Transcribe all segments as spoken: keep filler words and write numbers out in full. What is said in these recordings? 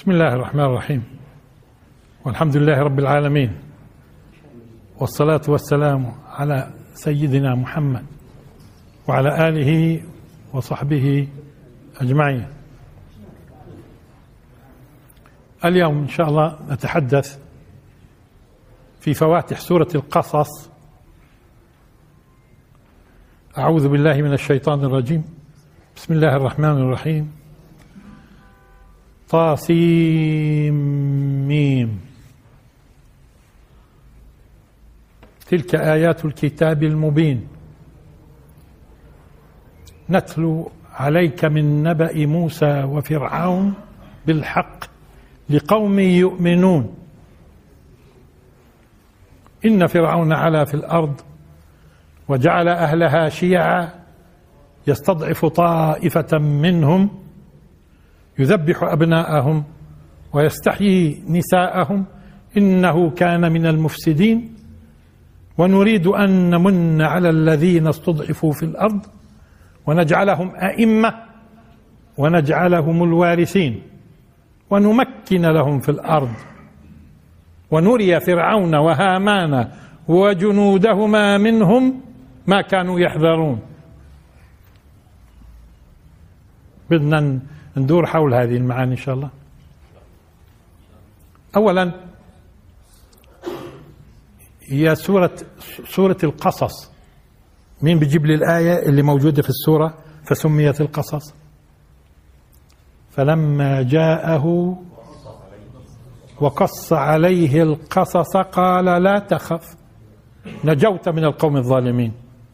بسم الله الرحمن الرحيم، والحمد لله رب العالمين، والصلاة والسلام على سيدنا محمد وعلى آله وصحبه أجمعين. اليوم إن شاء الله نتحدث في فواتح سورة القصص. أعوذ بالله من الشيطان الرجيم. بسم الله الرحمن الرحيم. طاسيم ميم. تلك آيات الكتاب المبين نتلو عليك من نبأ موسى وفرعون بالحق لقوم يؤمنون. إن فرعون علا في الأرض وجعل أهلها شيعا يستضعف طائفة منهم يذبح أبناءهم ويستحيي نساءهم إنه كان من المفسدين. ونريد أن نمن على الذين استضعفوا في الأرض ونجعلهم أئمة ونجعلهم الوارثين ونمكن لهم في الأرض ونري فرعون وهامان وجنودهما منهم ما كانوا يحذرون. بدنا ندور حول هذه المعاني إن شاء الله. أولا هي سورة سورة القصص. مين بيجيب لي الآية اللي موجودة في السورة فسميت القصص؟ فلما جاءه وقص عليه القصص قال لا تخف نجوت من القوم الظالمين.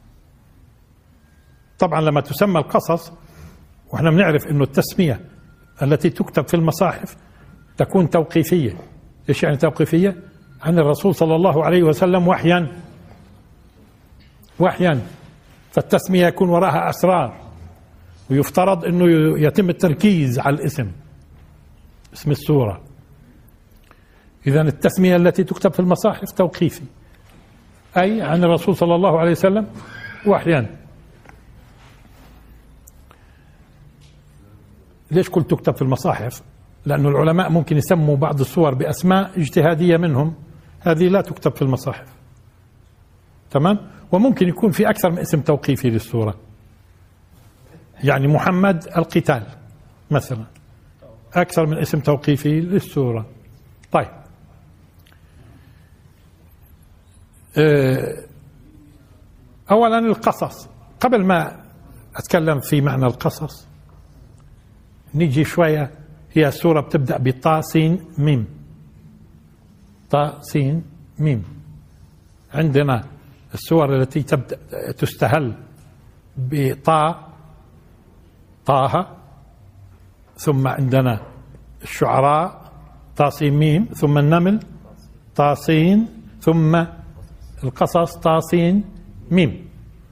طبعا لما تسمى القصص، واحنا بنعرف انه التسمية التي تكتب في المصاحف تكون توقيفية. ايش يعني توقيفية؟ عن الرسول صلى الله عليه وسلم وحيا وحيا فالتسمية يكون وراها أسرار، ويفترض انه يتم التركيز على الاسم، اسم السورة. إذا التسمية التي تكتب في المصاحف توقيفي، أي عن الرسول صلى الله عليه وسلم وحيا. ليش قلت تكتب في المصاحف؟ لأن العلماء ممكن يسموا بعض السور بأسماء اجتهادية منهم، هذه لا تكتب في المصاحف. تمام؟ وممكن يكون في أكثر من اسم توقيفي للسورة، يعني محمد القتال مثلا، أكثر من اسم توقيفي للسورة. طيب، أولا القصص. قبل ما أتكلم في معنى القصص نيجي شوية. هي السورة بتبدأ بطا سين ميم. طا سين ميم. عندنا السور التي تبدأ تستهل بطا طه، ثم عندنا الشعراء طا سين ميم، ثم النمل طا سين، ثم القصص طا سين ميم.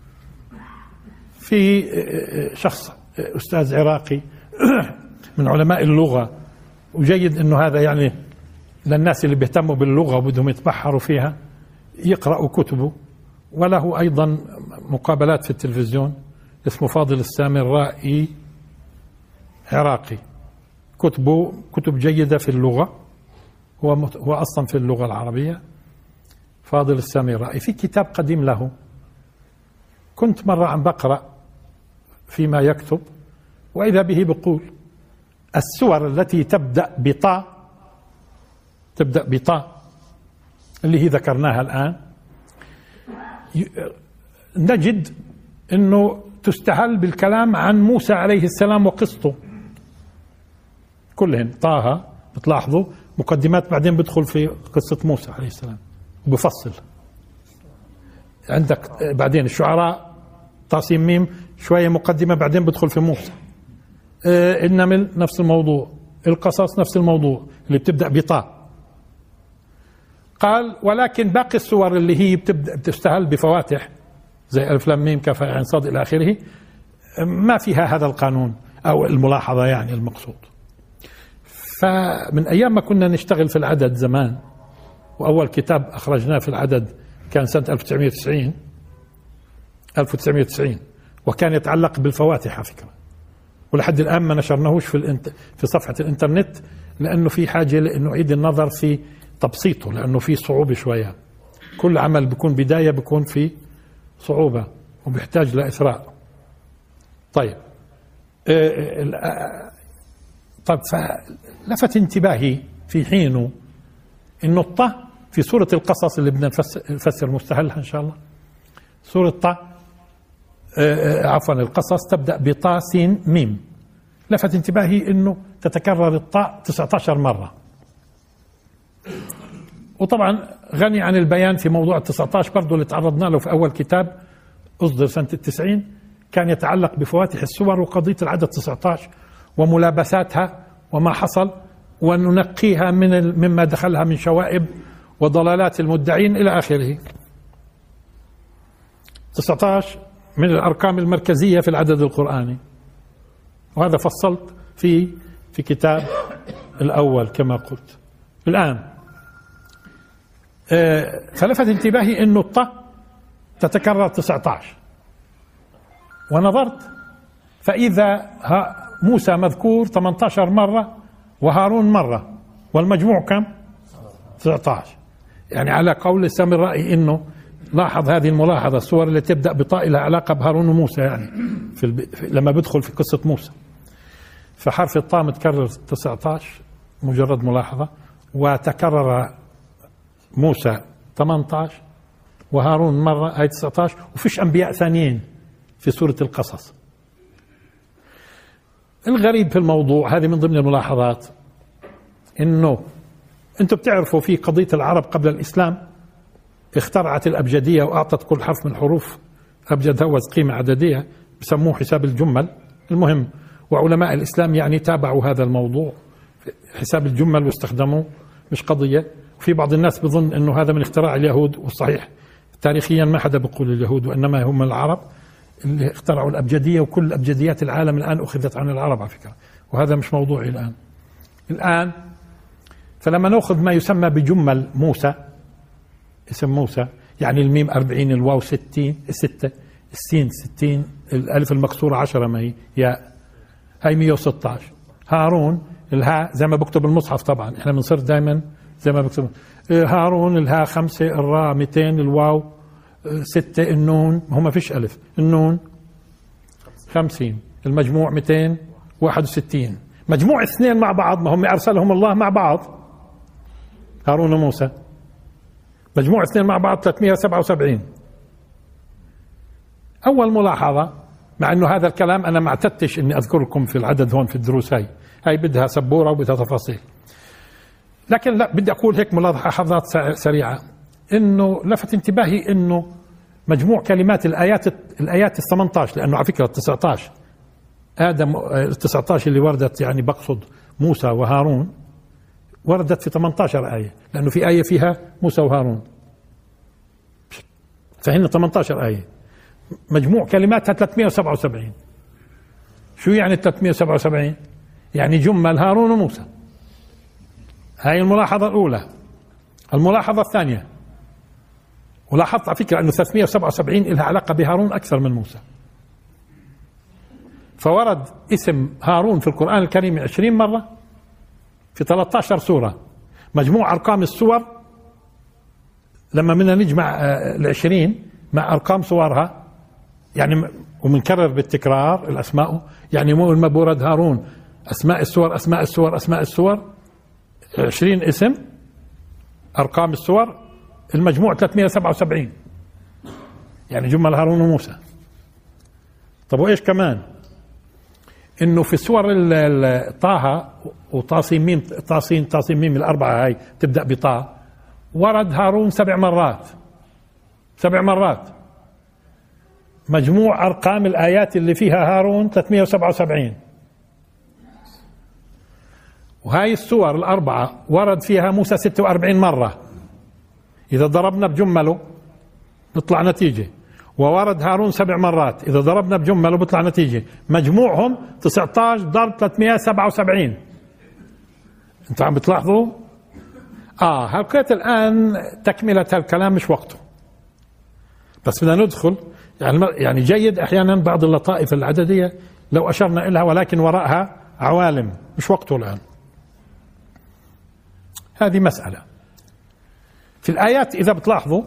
في شخص أستاذ عراقي من علماء اللغة، وجيد أنه هذا يعني للناس اللي بيهتموا باللغة وبدهم يتبحروا فيها يقرأوا كتبه، وله أيضا مقابلات في التلفزيون، اسمه فاضل السامرائي، عراقي. كتبه كتب جيدة في اللغة، هو هو أصلا في اللغة العربية. فاضل السامرائي في كتاب قديم له، كنت مرة عم بقرأ فيما يكتب، وإذا به بقول السور التي تبدأ بطا تبدأ بطا اللي هي ذكرناها الآن، نجد أنه تستهل بالكلام عن موسى عليه السلام وقصته كلهن. طه بتلاحظوا مقدمات، بعدين بدخل في قصة موسى عليه السلام وبفصل. عندك بعدين الشعراء طاسيم ميم، شوية مقدمة، بعدين بدخل في موسى. آه النمل نفس الموضوع، القصص نفس الموضوع اللي بتبدأ بطاء. قال ولكن باقي السور اللي هي بتبدأ بتستهل بفواتح زي ألف لام ميم كاف عين صاد إلى آخره ما فيها هذا القانون أو الملاحظة، يعني المقصود. فمن أيام ما كنا نشتغل في العدد زمان، وأول كتاب أخرجناه في العدد كان سنة ألف وتسعمائة وتسعين ألف وتسعمائة وتسعين، وكان يتعلق بالفواتح على فكرة، ولحد الآن ما نشرناهوش في الانت... في صفحة الإنترنت لأنه في حاجة لأنه نعيد النظر في تبسيطه، لأنه في صعوبة شوية. كل عمل بيكون بداية بيكون في صعوبة وبيحتاج لإثراء. طيب طيب فلفت انتباهي في حينه إنه الطاء في سورة القصص اللي بدنا نفسر مستهلها إن شاء الله، سورة طاء عفوا القصص تبدأ بطاء سين ميم. لفت انتباهي إنه تتكرر الطاء تسعة عشر مرة، وطبعا غني عن البيان في موضوع التسعة عشر برضو اللي تعرضنا له في أول كتاب أصدر سنة التسعين، كان يتعلق بفواتح السور وقضية العدد تسعة عشر وملابساتها وما حصل، وننقيها من مما دخلها من شوائب وضلالات المدعين إلى آخره. تسعة عشر من الأرقام المركزية في العدد القرآني، وهذا فصلت في في كتاب الأول كما قلت. الآن فلفت انتباهي إنه الطاء تتكرر تسعة عشر، ونظرت فإذا موسى مذكور ثمانية عشر مرة وهارون مرة، والمجموع كم؟ تسعة عشر. يعني على قول السامرائي إنه لاحظ هذه الملاحظة، الصور اللي تبدأ بطاء لها علاقة بهارون وموسى، يعني في الب... لما بدخل في قصة موسى فحرف الطاء متكرر تسعة عشر مجرد ملاحظة، وتكرر موسى ثمانية عشر وهارون مرة هاي تسعة عشر، وفيش أنبياء ثانيين في سورة القصص. الغريب في الموضوع هذه من ضمن الملاحظات إنه أنتم بتعرفوا في قضية العرب قبل الإسلام اخترعت الأبجدية وأعطت كل حرف من حروف أبجد هوز قيمة عددية بسموه حساب الجمل. المهم وعلماء الإسلام يعني تابعوا هذا الموضوع حساب الجمل واستخدموه، مش قضية. وفي بعض الناس بظن أنه هذا من اختراع اليهود، والصحيح تاريخيا ما حدا بيقول اليهود، وإنما هم العرب اللي اخترعوا الأبجدية، وكل أبجديات العالم الآن أخذت عن العرب على فكرة، وهذا مش موضوعي الآن. الآن فلما نأخذ ما يسمى بجمل موسى، اسم موسى يعني الميم أربعين، الواو ستين، الستة، السين ستين، الألف المكسورة عشرة، ما هي ياء، هاي مية وستة عشر. هارون الهاء زي ما بكتب المصحف، طبعا احنا بنصير دائما زي ما بكتب هارون، الهاء خمسة، الراء مئتين، الواو ستة، النون هو ما فيش ألف، النون خمسين، المجموع مئتين وواحد وستين. مجموع اثنين مع بعض، ما هم أرسلهم الله مع بعض هارون وموسى، مجموع اثنين مع بعض ثلاثمئة وسبعة وسبعين. أول ملاحظة، مع أنه هذا الكلام أنا ما اعتدتش أني أذكر لكم في العدد هون في الدروس، هاي هاي بدها سبورة وبدها تفاصيل، لكن لا بدي أقول هيك ملاحظات سريعة. إنه لفت انتباهي إنه مجموع كلمات الآيات الآيات الثمانية عشر، لأنه على فكرة التسعة عشر آدم التسعة عشر اللي وردت، يعني بقصد موسى وهارون، وردت في ثمانية عشر آية، لأنه في آية فيها موسى وهارون، فهن ثمانية عشر آية، مجموع كلماتها ثلاثمئة وسبعة وسبعين. شو يعني ثلاثمئة وسبعة وسبعين؟ يعني جمل هارون وموسى. هاي الملاحظة الأولى. الملاحظة الثانية، ولاحظت على فكرة أنه ثلاثمئة وسبعة وسبعين لها علاقة بهارون أكثر من موسى، فورد اسم هارون في القرآن الكريم عشرين مرة في ثلاثة عشر سورة. مجموع أرقام السور لما بدنا نجمع العشرين مع أرقام صورها، يعني ومنكرر بالتكرار الأسماء، يعني مو ما بورد هارون أسماء السور أسماء السور أسماء السور عشرين اسم أرقام السور، المجموع ثلاثمئة وسبعة وسبعين، يعني جمل هارون وموسى. طب وإيش كمان؟ إنه في سور طه وطاسين ميم، طاسين طاسين ميم الأربعة هاي تبدأ بطاء، ورد هارون سبع مرات، سبع مرات. مجموع أرقام الآيات اللي فيها هارون ثلاثمئة وسبعة وسبعين. وهاي السور الأربعة ورد فيها موسى ستة وأربعين مرة، إذا ضربنا بجمله بيطلع نتيجة. وورد هارون سبع مرات، إذا ضربنا بجمله بيطلع نتيجة. مجموعهم تسعة عشر ضرب ثلاثمئة وسبعة وسبعين. أنتوا عم بتلاحظوا؟ آه هلقيت الآن تكملة هالكلام مش وقته، بس بدنا ندخل يعني يعني جيد أحيانا بعض اللطائف العددية لو أشرنا إلها، ولكن وراءها عوالم، مش وقته الآن. هذه مسألة. في الآيات إذا بتلاحظوا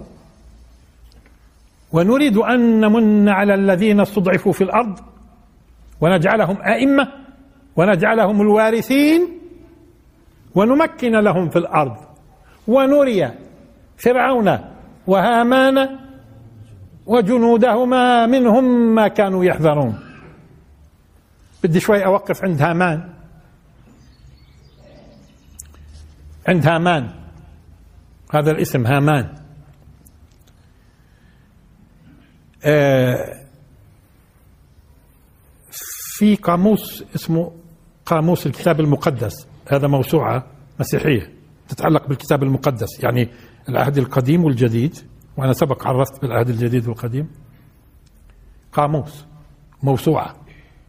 ونريد أن نمن على الذين استضعفوا في الأرض ونجعلهم أئمة ونجعلهم الوارثين ونمكن لهم في الأرض ونري فرعون وهامان وجنودهما منهم ما كانوا يحذرون. بدي شوي أوقف عند هامان. عند هامان، هذا الاسم هامان، آه في قاموس اسمه قاموس الكتاب المقدس، هذا موسوعة مسيحية تتعلق بالكتاب المقدس، يعني العهد القديم والجديد، وأنا سبق عرفت بالعهد الجديد والقديم. قاموس موسوعة،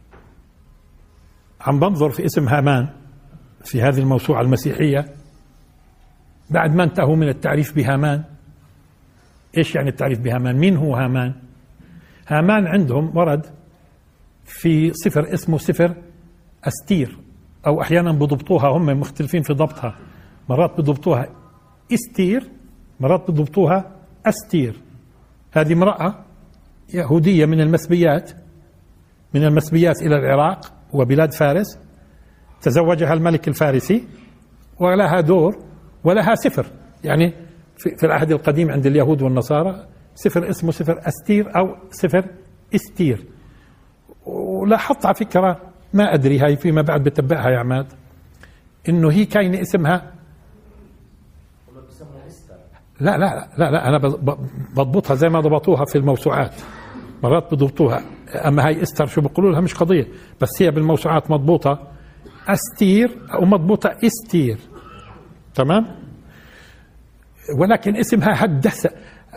عم بنظر في اسم هامان في هذه الموسوعة المسيحية بعد ما انتهوا من التعريف بهامان. ايش يعني التعريف بهامان؟ مين هو هامان؟ هامان عندهم ورد في سفر اسمه سفر أستير، أو أحيانا بضبطوها، هم مختلفين في ضبطها، مرات بضبطوها استير، مرات بضبطوها أستير. هذه امرأة يهودية من المسبيات، من المسبيات إلى العراق وبلاد فارس، تزوجها الملك الفارسي ولها دور ولها سفر، يعني في العهد القديم عند اليهود والنصارى سفر اسمه سفر أستير أو سفر استير. ولاحظت على فكرة، ما أدري هاي فيما بعد بتبعها يا عماد، إنه هي كاين اسمها لا لا لا لا أنا بضبطها زي ما ضبطوها في الموسوعات، مرات بضبطوها، أما هاي استر شو بيقولوا لها مش قضية، بس هي بالموسوعات مضبوطة أستير أو مضبوطة استير، تمام. ولكن اسمها هدسة،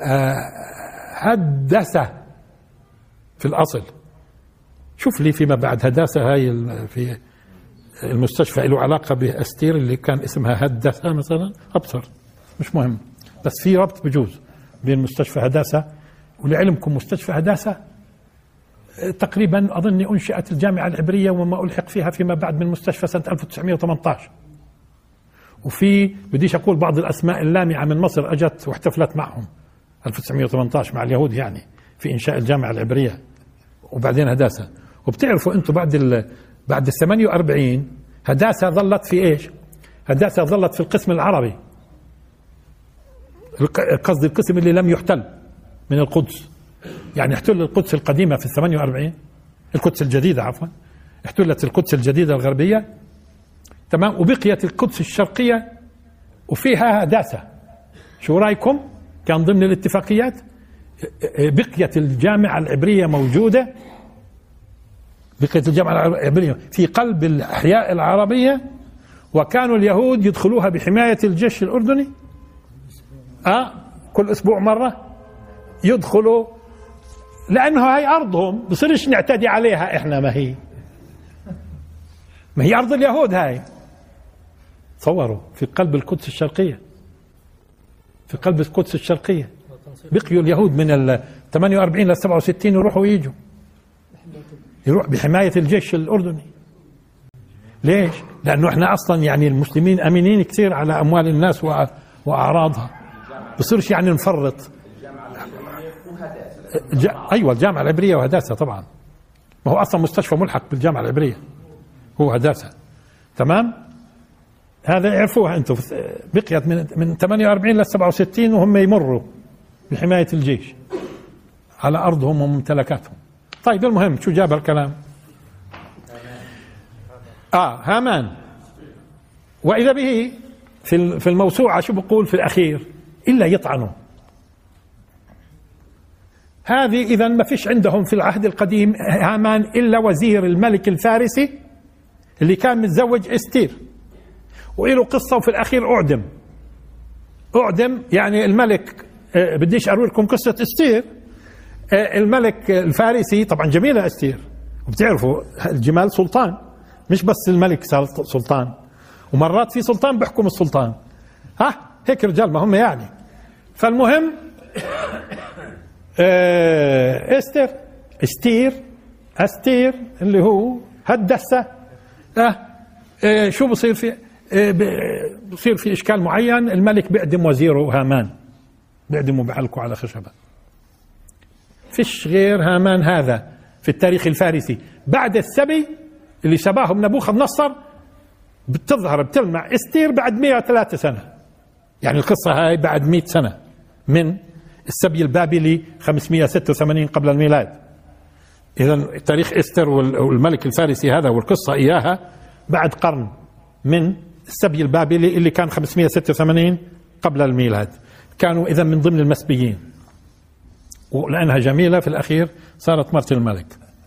هدسة في الأصل. شوف لي فيما بعد هداسة هاي في المستشفى له علاقة بأستير اللي كان اسمها هدسة مثلا، أبصر مش مهم، بس في ربط بجوز بين مستشفى هداسة. ولعلمكم مستشفى هداسة تقريبا أظني أنشئت الجامعة العبرية وما ألحق فيها فيما بعد من مستشفى سنة ألف وتسعمائة وثمانية عشر. وفي بديش أقول بعض الأسماء اللامعة من مصر أجت واحتفلت معهم ألف وتسعمائة وثمانية عشر مع اليهود، يعني في إنشاء الجامعة العبرية وبعدين هداسة. وبتعرفوا أنتم بعد ال بعد ال ثمانية وأربعين هداسة ظلت في إيش؟ هداسة ظلت في القسم العربي، قصدي القسم اللي لم يحتل من القدس، يعني احتل القدس القديمة في الثمانية وأربعين، القدس الجديدة عفوا، احتلت القدس الجديدة الغربية، تمام، وبقيت القدس الشرقية وفيها هداسة. شو رأيكم؟ كان ضمن الاتفاقيات بقيت الجامعة العبرية موجودة، بقيت الجامعة العبرية في قلب الأحياء العربية، وكانوا اليهود يدخلوها بحماية الجيش الأردني، آه كل أسبوع مرة يدخلوا، لأنه هاي أرضهم، بصيرش نعتدي عليها إحنا، ما هي ما هي أرض اليهود هاي. تصوروا في قلب القدس الشرقية، في قلب القدس الشرقية بقيوا اليهود من ال ثمانية وأربعين لل سبعة وستين يروحوا ويجوا، يروح بحماية الجيش الأردني. ليش؟ لأنه إحنا أصلا يعني المسلمين أمينين كثير على أموال الناس وأعراضها، بصيرش يعني نفرط. أيوة الجامعة العبرية وهداسة طبعا، ما هو أصلا مستشفى ملحق بالجامعة العبرية هو هداسة، تمام. هذا يعرفوها أنتم، بقيت من من ثمانية وأربعين لل سبعة وستين وهم يمروا بحماية الجيش على أرضهم وممتلكاتهم. طيب المهم شو جاب الكلام؟ آه هامان، وإذا به في في الموسوعة شو بقول في الأخير؟ إلا يطعنوا. هذه إذا ما فيش عندهم في العهد القديم هامان إلا وزير الملك الفارسي اللي كان متزوج استير، وإله قصة وفي الأخير أعدم. أعدم يعني الملك، آه بديش أروي لكم قصة استير. آه الملك الفارسي طبعا جميلة استير، وبتعرفوا الجمال سلطان، مش بس الملك سلطان، ومرات في سلطان بيحكم السلطان، ها هيك رجال ما هم يعني. فالمهم آه استر استير استير اللي هو هدسة. آه آه شو بصير في آه بصير في إشكال معين، الملك بيعدم وزيره هامان، بيعدمه بعلقه على خشبة. فيش غير هامان هذا في التاريخ الفارسي بعد السبي اللي سباهم نبوخذ نصر بتظهر بتلمع استير بعد مئة وثلاثة سنة. يعني القصة هاي بعد مئة سنة من السبي البابلي خمسمئة وستة وثمانين قبل الميلاد. إذا تاريخ استر والملك الفارسي هذا والقصة إياها بعد قرن من السبي البابلي اللي كان خمسمئة وستة وثمانين قبل الميلاد. كانوا إذا من ضمن المسبيين، ولأنها جميلة في الأخير صارت مرت الملك.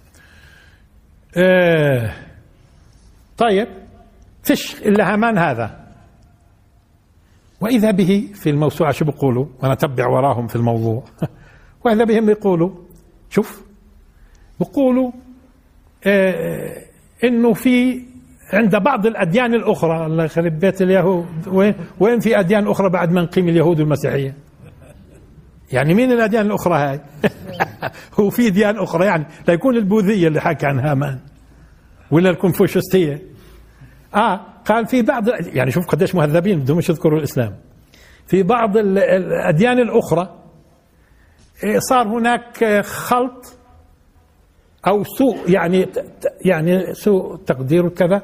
آه طيب فيش إلا هامان هذا. وإذا به في الموسوعة شو بيقولوا، وأنا أتبع وراهم في الموضوع وإذا بهم بيقولوا شوف بيقولوا آه إنه في عند بعض الأديان الأخرى، الله يخرب بيت اليهود، وين وين في أديان أخرى بعد ما نقيم اليهود والمسيحية؟ يعني مين الأديان الأخرى هاي؟ هو في ديان أخرى يعني لا يكون البوذية اللي حكى عن هامان ولا الكونفوشيستية. آه قال في بعض، يعني شوف قديش مهذبين بدهم مش يذكروا الإسلام. في بعض الأديان الأخرى صار هناك خلط أو سوء، يعني يعني سوء تقدير كذا،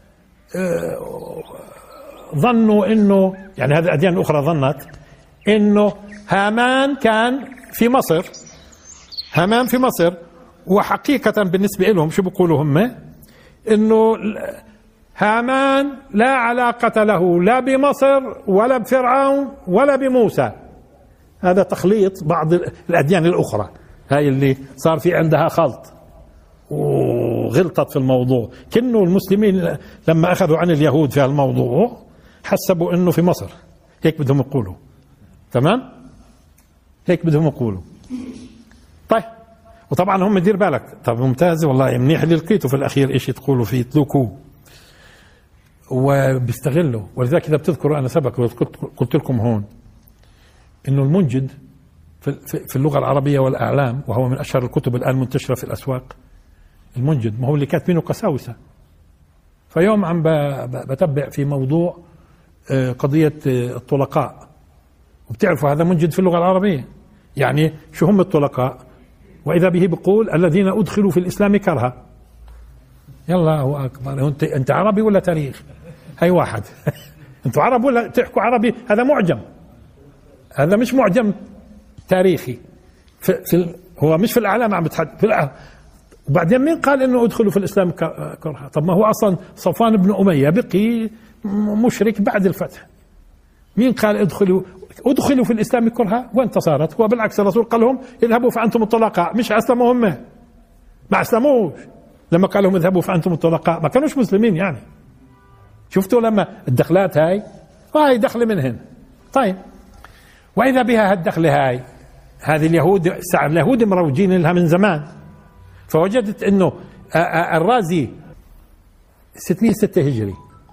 ظنوا إنه يعني هذه الأديان الأخرى ظنت إنه هامان كان في مصر، هامان في مصر، وحقيقة بالنسبة لهم شو بيقولوا هم؟ إنه هامان لا علاقة له لا بمصر ولا بفرعون ولا بموسى. هذا تخليط بعض الأديان الأخرى هاي اللي صار في عندها خلط وغلطت في الموضوع. كأنه المسلمين لما أخذوا عن اليهود في الموضوع حسبوا إنه في مصر، هيك بدهم يقولوا. تمام؟ هيك بدهم يقولوا. طيب وطبعا هم دير بالك، طب ممتاز والله منيح اللي لقيته في الأخير إشي تقولوا فيه تلوكوه وبيستغلوا. ولذلك إذا بتذكروا أنا سبق قلت لكم هون إنه المنجد في اللغة العربية والأعلام، وهو من أشهر الكتب الآن منتشرة في الأسواق، المنجد ما هو اللي كاتبينه قساوسة. فيوم عم بتبع في موضوع قضية الطلقاء، وبتعرفوا هذا منجد في اللغة العربية، يعني شو هم الطلقاء؟ وإذا به بيقول الذين أدخلوا في الإسلام كرها. يلا هو أكبر، أنت أنت عربي ولا تاريخ؟ هاي واحد. أنتوا عرب ولا تحكوا عربي؟ هذا معجم، هذا مش معجم تاريخي. في, في هو مش في الأعلام عم بتحدث في الأعلام. وبعدين مين قال إنه أدخلوا في الإسلام كرها؟ طب ما هو أصلا صفوان بن أمية بقي مشرك بعد الفتح. مين قال ادخلوا ادخلوا في الإسلام كرها وانتصرت؟ هو بالعكس الرسول قال لهم اذهبوا فأنتم الطلقاء، مش أسلموا هم، ما أسلموش لما قال لهم اذهبوا فأنتم الطلقاء، ما كانوش مسلمين يعني. شفتوا لما الدخلات هاي وهي دخل منهن. طيب وإذا بها هالدخلة هاي، هذه اليهود اليهود مروجين لها من زمان. فوجدت انه الرازي ستمئة وستة هجري،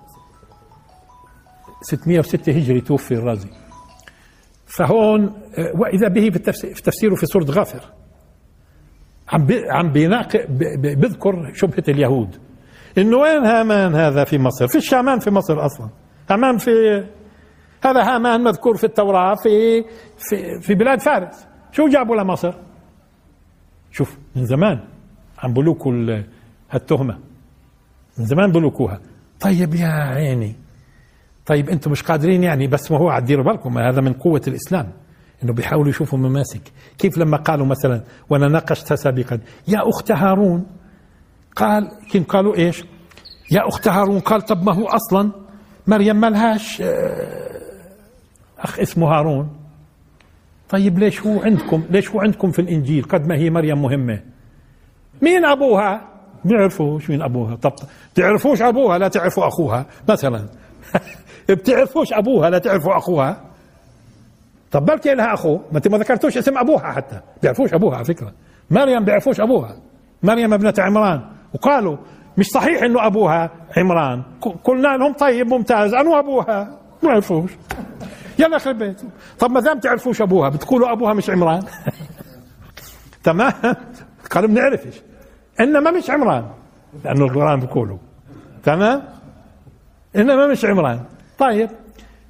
ستمئة وستة هجري توفي الرازي. فهون وإذا به في تفسيره في سورة غافر عم عم بيناقض بذكر شبهة اليهود انه وين هامان هذا في مصر؟ فيش هامان في مصر اصلا. هامان في هذا هامان مذكور في التوراة في في في بلاد فارس. شو جابوا لمصر؟ شوف من زمان عم بلوكوا هالتهمة، من زمان بلوكوها. طيب يا عيني، طيب انتم مش قادرين يعني؟ بس ما هو عديروا بالكم هذا من قوة الإسلام انه بيحاولوا يشوفوا مماسك. كيف لما قالوا مثلا وانا ناقشتها سابقا يا أخت هارون، قال كيف قالوا ايش؟ يا أخت هارون، قال طب ما هو اصلا مريم ما لهاش اخ اسمه هارون. طيب ليش هو عندكم ليش هو عندكم في الإنجيل قد ما هي مريم مهمة؟ مين أبوها؟ بيعرفوش مين أبوها. طب بتعرفوش أبوها لا تعرفوا أخوها مثلا. بتعرفوش أبوها لا تعرفوا أخوها. طب بلكي لها أخو، ما أنت ما ذكرتوش اسم أبوها، حتى بيعرفوش أبوها على فكرة. مريم بيعرفوش أبوها، مريم ابنة عمران، وقالوا مش صحيح إنه أبوها عمران. قلنا لهم طيب ممتاز، أنو أبوها؟ ما يعرفوش. يلا خرب بيت. طب ما دام تعرفوش أبوها بتقولوا أبوها مش عمران. تمام. قالوا بنعرفش إنما مش عمران لأنه القرآن بيقولوا. تمام. إنما مش عمران. طيب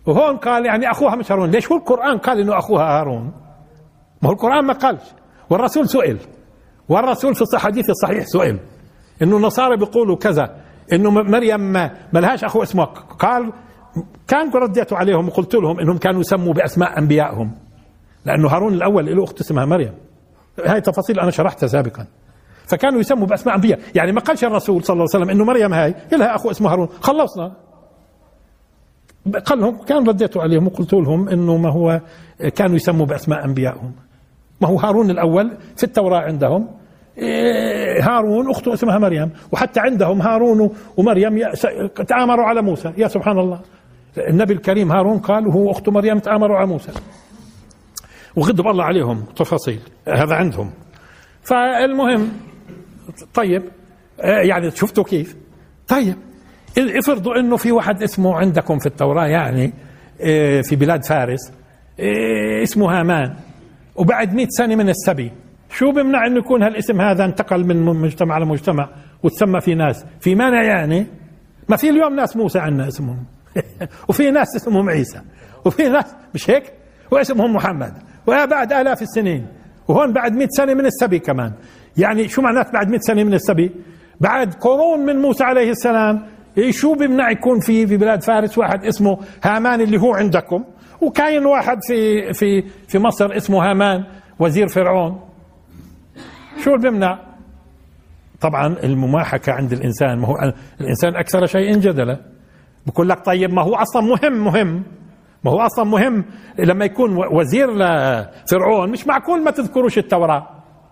وهون قال يعني أخوها مش هارون. ليش هو القرآن قال إنه أخوها هارون؟ ما هو القرآن ما قالش، والرسول سئل، والرسول في الحديث الصحيح سئل إنه النصارى بيقولوا كذا، إنه مريم ما لهاش أخو اسمه، قال كان رديت عليهم وقلت لهم إنهم كانوا يسموا بأسماء أنبيائهم، لأنه هارون الأول له أخت اسمها مريم. هاي تفاصيل أنا شرحتها سابقا. فكانوا يسموا بأسماء أنبياء، يعني ما قالش الرسول صلى الله عليه وسلم إنه مريم هاي لها أخو اسمه هارون، خلصنا. قال لهم كان رديت عليهم وقلت لهم إنه ما هو كانوا يسموا بأسماء أنبيائهم. ما هو هارون الأول في التوراة عندهم هارون أخته اسمها مريم، وحتى عندهم هارون ومريم تعامروا على موسى. يا سبحان الله، النبي الكريم هارون قال وهو أخته مريم تعامروا على موسى، وغضب الله عليهم تفاصيل هذا عندهم. فالمهم طيب يعني شفتوا كيف؟ طيب افرضوا انه في واحد اسمه عندكم في التوراة يعني في بلاد فارس اسمه هامان، وبعد مئة سنة من السبي، شو بمنع انه يكون هالاسم هذا انتقل من مجتمع لمجتمع وتسمى في ناس؟ في مانع يعني؟ ما في اليوم ناس موسى عنا اسمهم وفي ناس اسمهم عيسى، وفي ناس مش هيك واسمهم محمد، وبعد آلاف السنين، وهون بعد مئة سنة من السبي كمان. يعني شو معنات بعد مئة سنة من السبي؟ بعد قرون من موسى عليه السلام. شو بمنع يكون في في بلاد فارس واحد اسمه هامان اللي هو عندكم، وكاين واحد في في في مصر اسمه هامان وزير فرعون؟ شو اللي بمنع؟ طبعا المماحكة عند الإنسان، ما هو الإنسان أكثر شيء جدلا. بقول لك طيب ما هو أصلا مهم مهم ما هو أصلا مهم لما يكون وزير لفرعون، مش معقول ما تذكروش التوراة،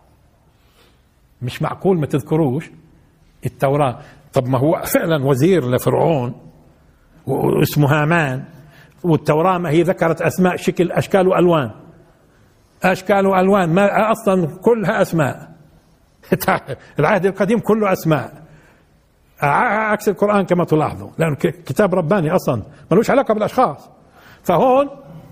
مش معقول ما تذكروش التوراة. طب ما هو فعلا وزير لفرعون واسمه هامان، والتوراة ما هي ذكرت أسماء شكل أشكال وألوان، أشكال وألوان، ما أصلا كلها أسماء. العهد القديم كله أسماء، عكس القرآن كما تلاحظوا، لأنه كتاب رباني أصلا ملوش علاقة بالأشخاص. فهون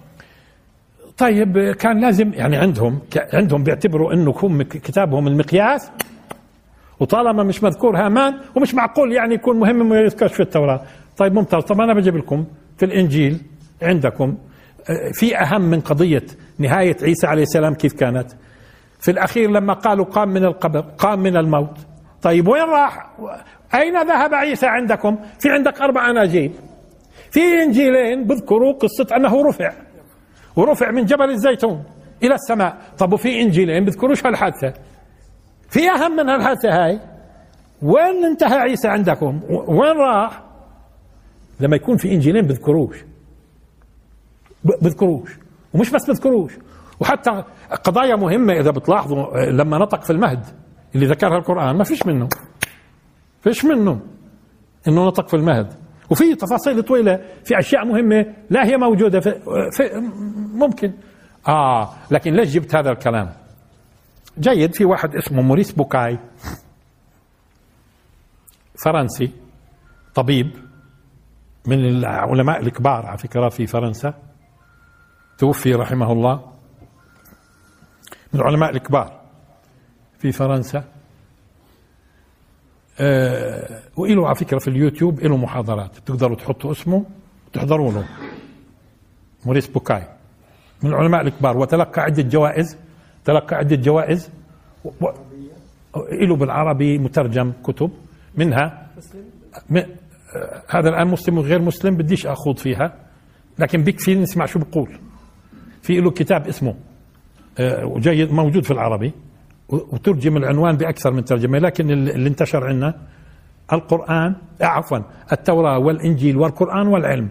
طيب كان لازم يعني عندهم عندهم بيعتبروا انه هم كتابهم المقياس، وطالما مش مذكور هامان ومش معقول يعني يكون مهم ما يذكرش في التوراة. طيب ممتاز. طب انا بجيب لكم في الانجيل عندكم في اهم من قضية نهاية عيسى عليه السلام كيف كانت في الاخير لما قالوا قام من القبر، قام من الموت. طيب وين راح؟ اين ذهب عيسى عندكم؟ في عندك اربع اناجيل، في انجيلين بذكروا قصة انه رفع، ورفع من جبل الزيتون الى السماء. طب وفي انجيلين بذكروش هالحادثة. في اهم من هالحادثة هاي. وين انتهى عيسى عندكم؟ وين راح؟ لما يكون في انجيلين بذكروش بذكروش ومش بس بذكروش، وحتى قضايا مهمة اذا بتلاحظوا لما نطق في المهد اللي ذكرها القرآن ما فيش منه فيش منه انه نطق في المهد. وفي تفاصيل طويلة في أشياء مهمة لا هي موجودة في, في ممكن آه لكن ليش جبت هذا الكلام؟ جيد. في واحد اسمه موريس بوكاي فرنسي، طبيب من العلماء الكبار على فكرة في فرنسا، توفي رحمه الله، من العلماء الكبار في فرنسا. أه وإله على فكرة في اليوتيوب إله محاضرات، بتقدروا تحطوا اسمه وتحضروا له. موريس بوكاي من العلماء الكبار، وتلقى عدة جوائز تلقى عدة جوائز و... إله بالعربي مترجم كتب منها م... هذا الآن مسلم وغير مسلم بديش أخوض فيها، لكن بيكفي نسمع شو بقول. في له كتاب اسمه أه وجيد موجود في العربي وترجم العنوان بأكثر من ترجمة، لكن اللي انتشر عندنا القرآن عفوا التوراة والإنجيل والقرآن والعلم.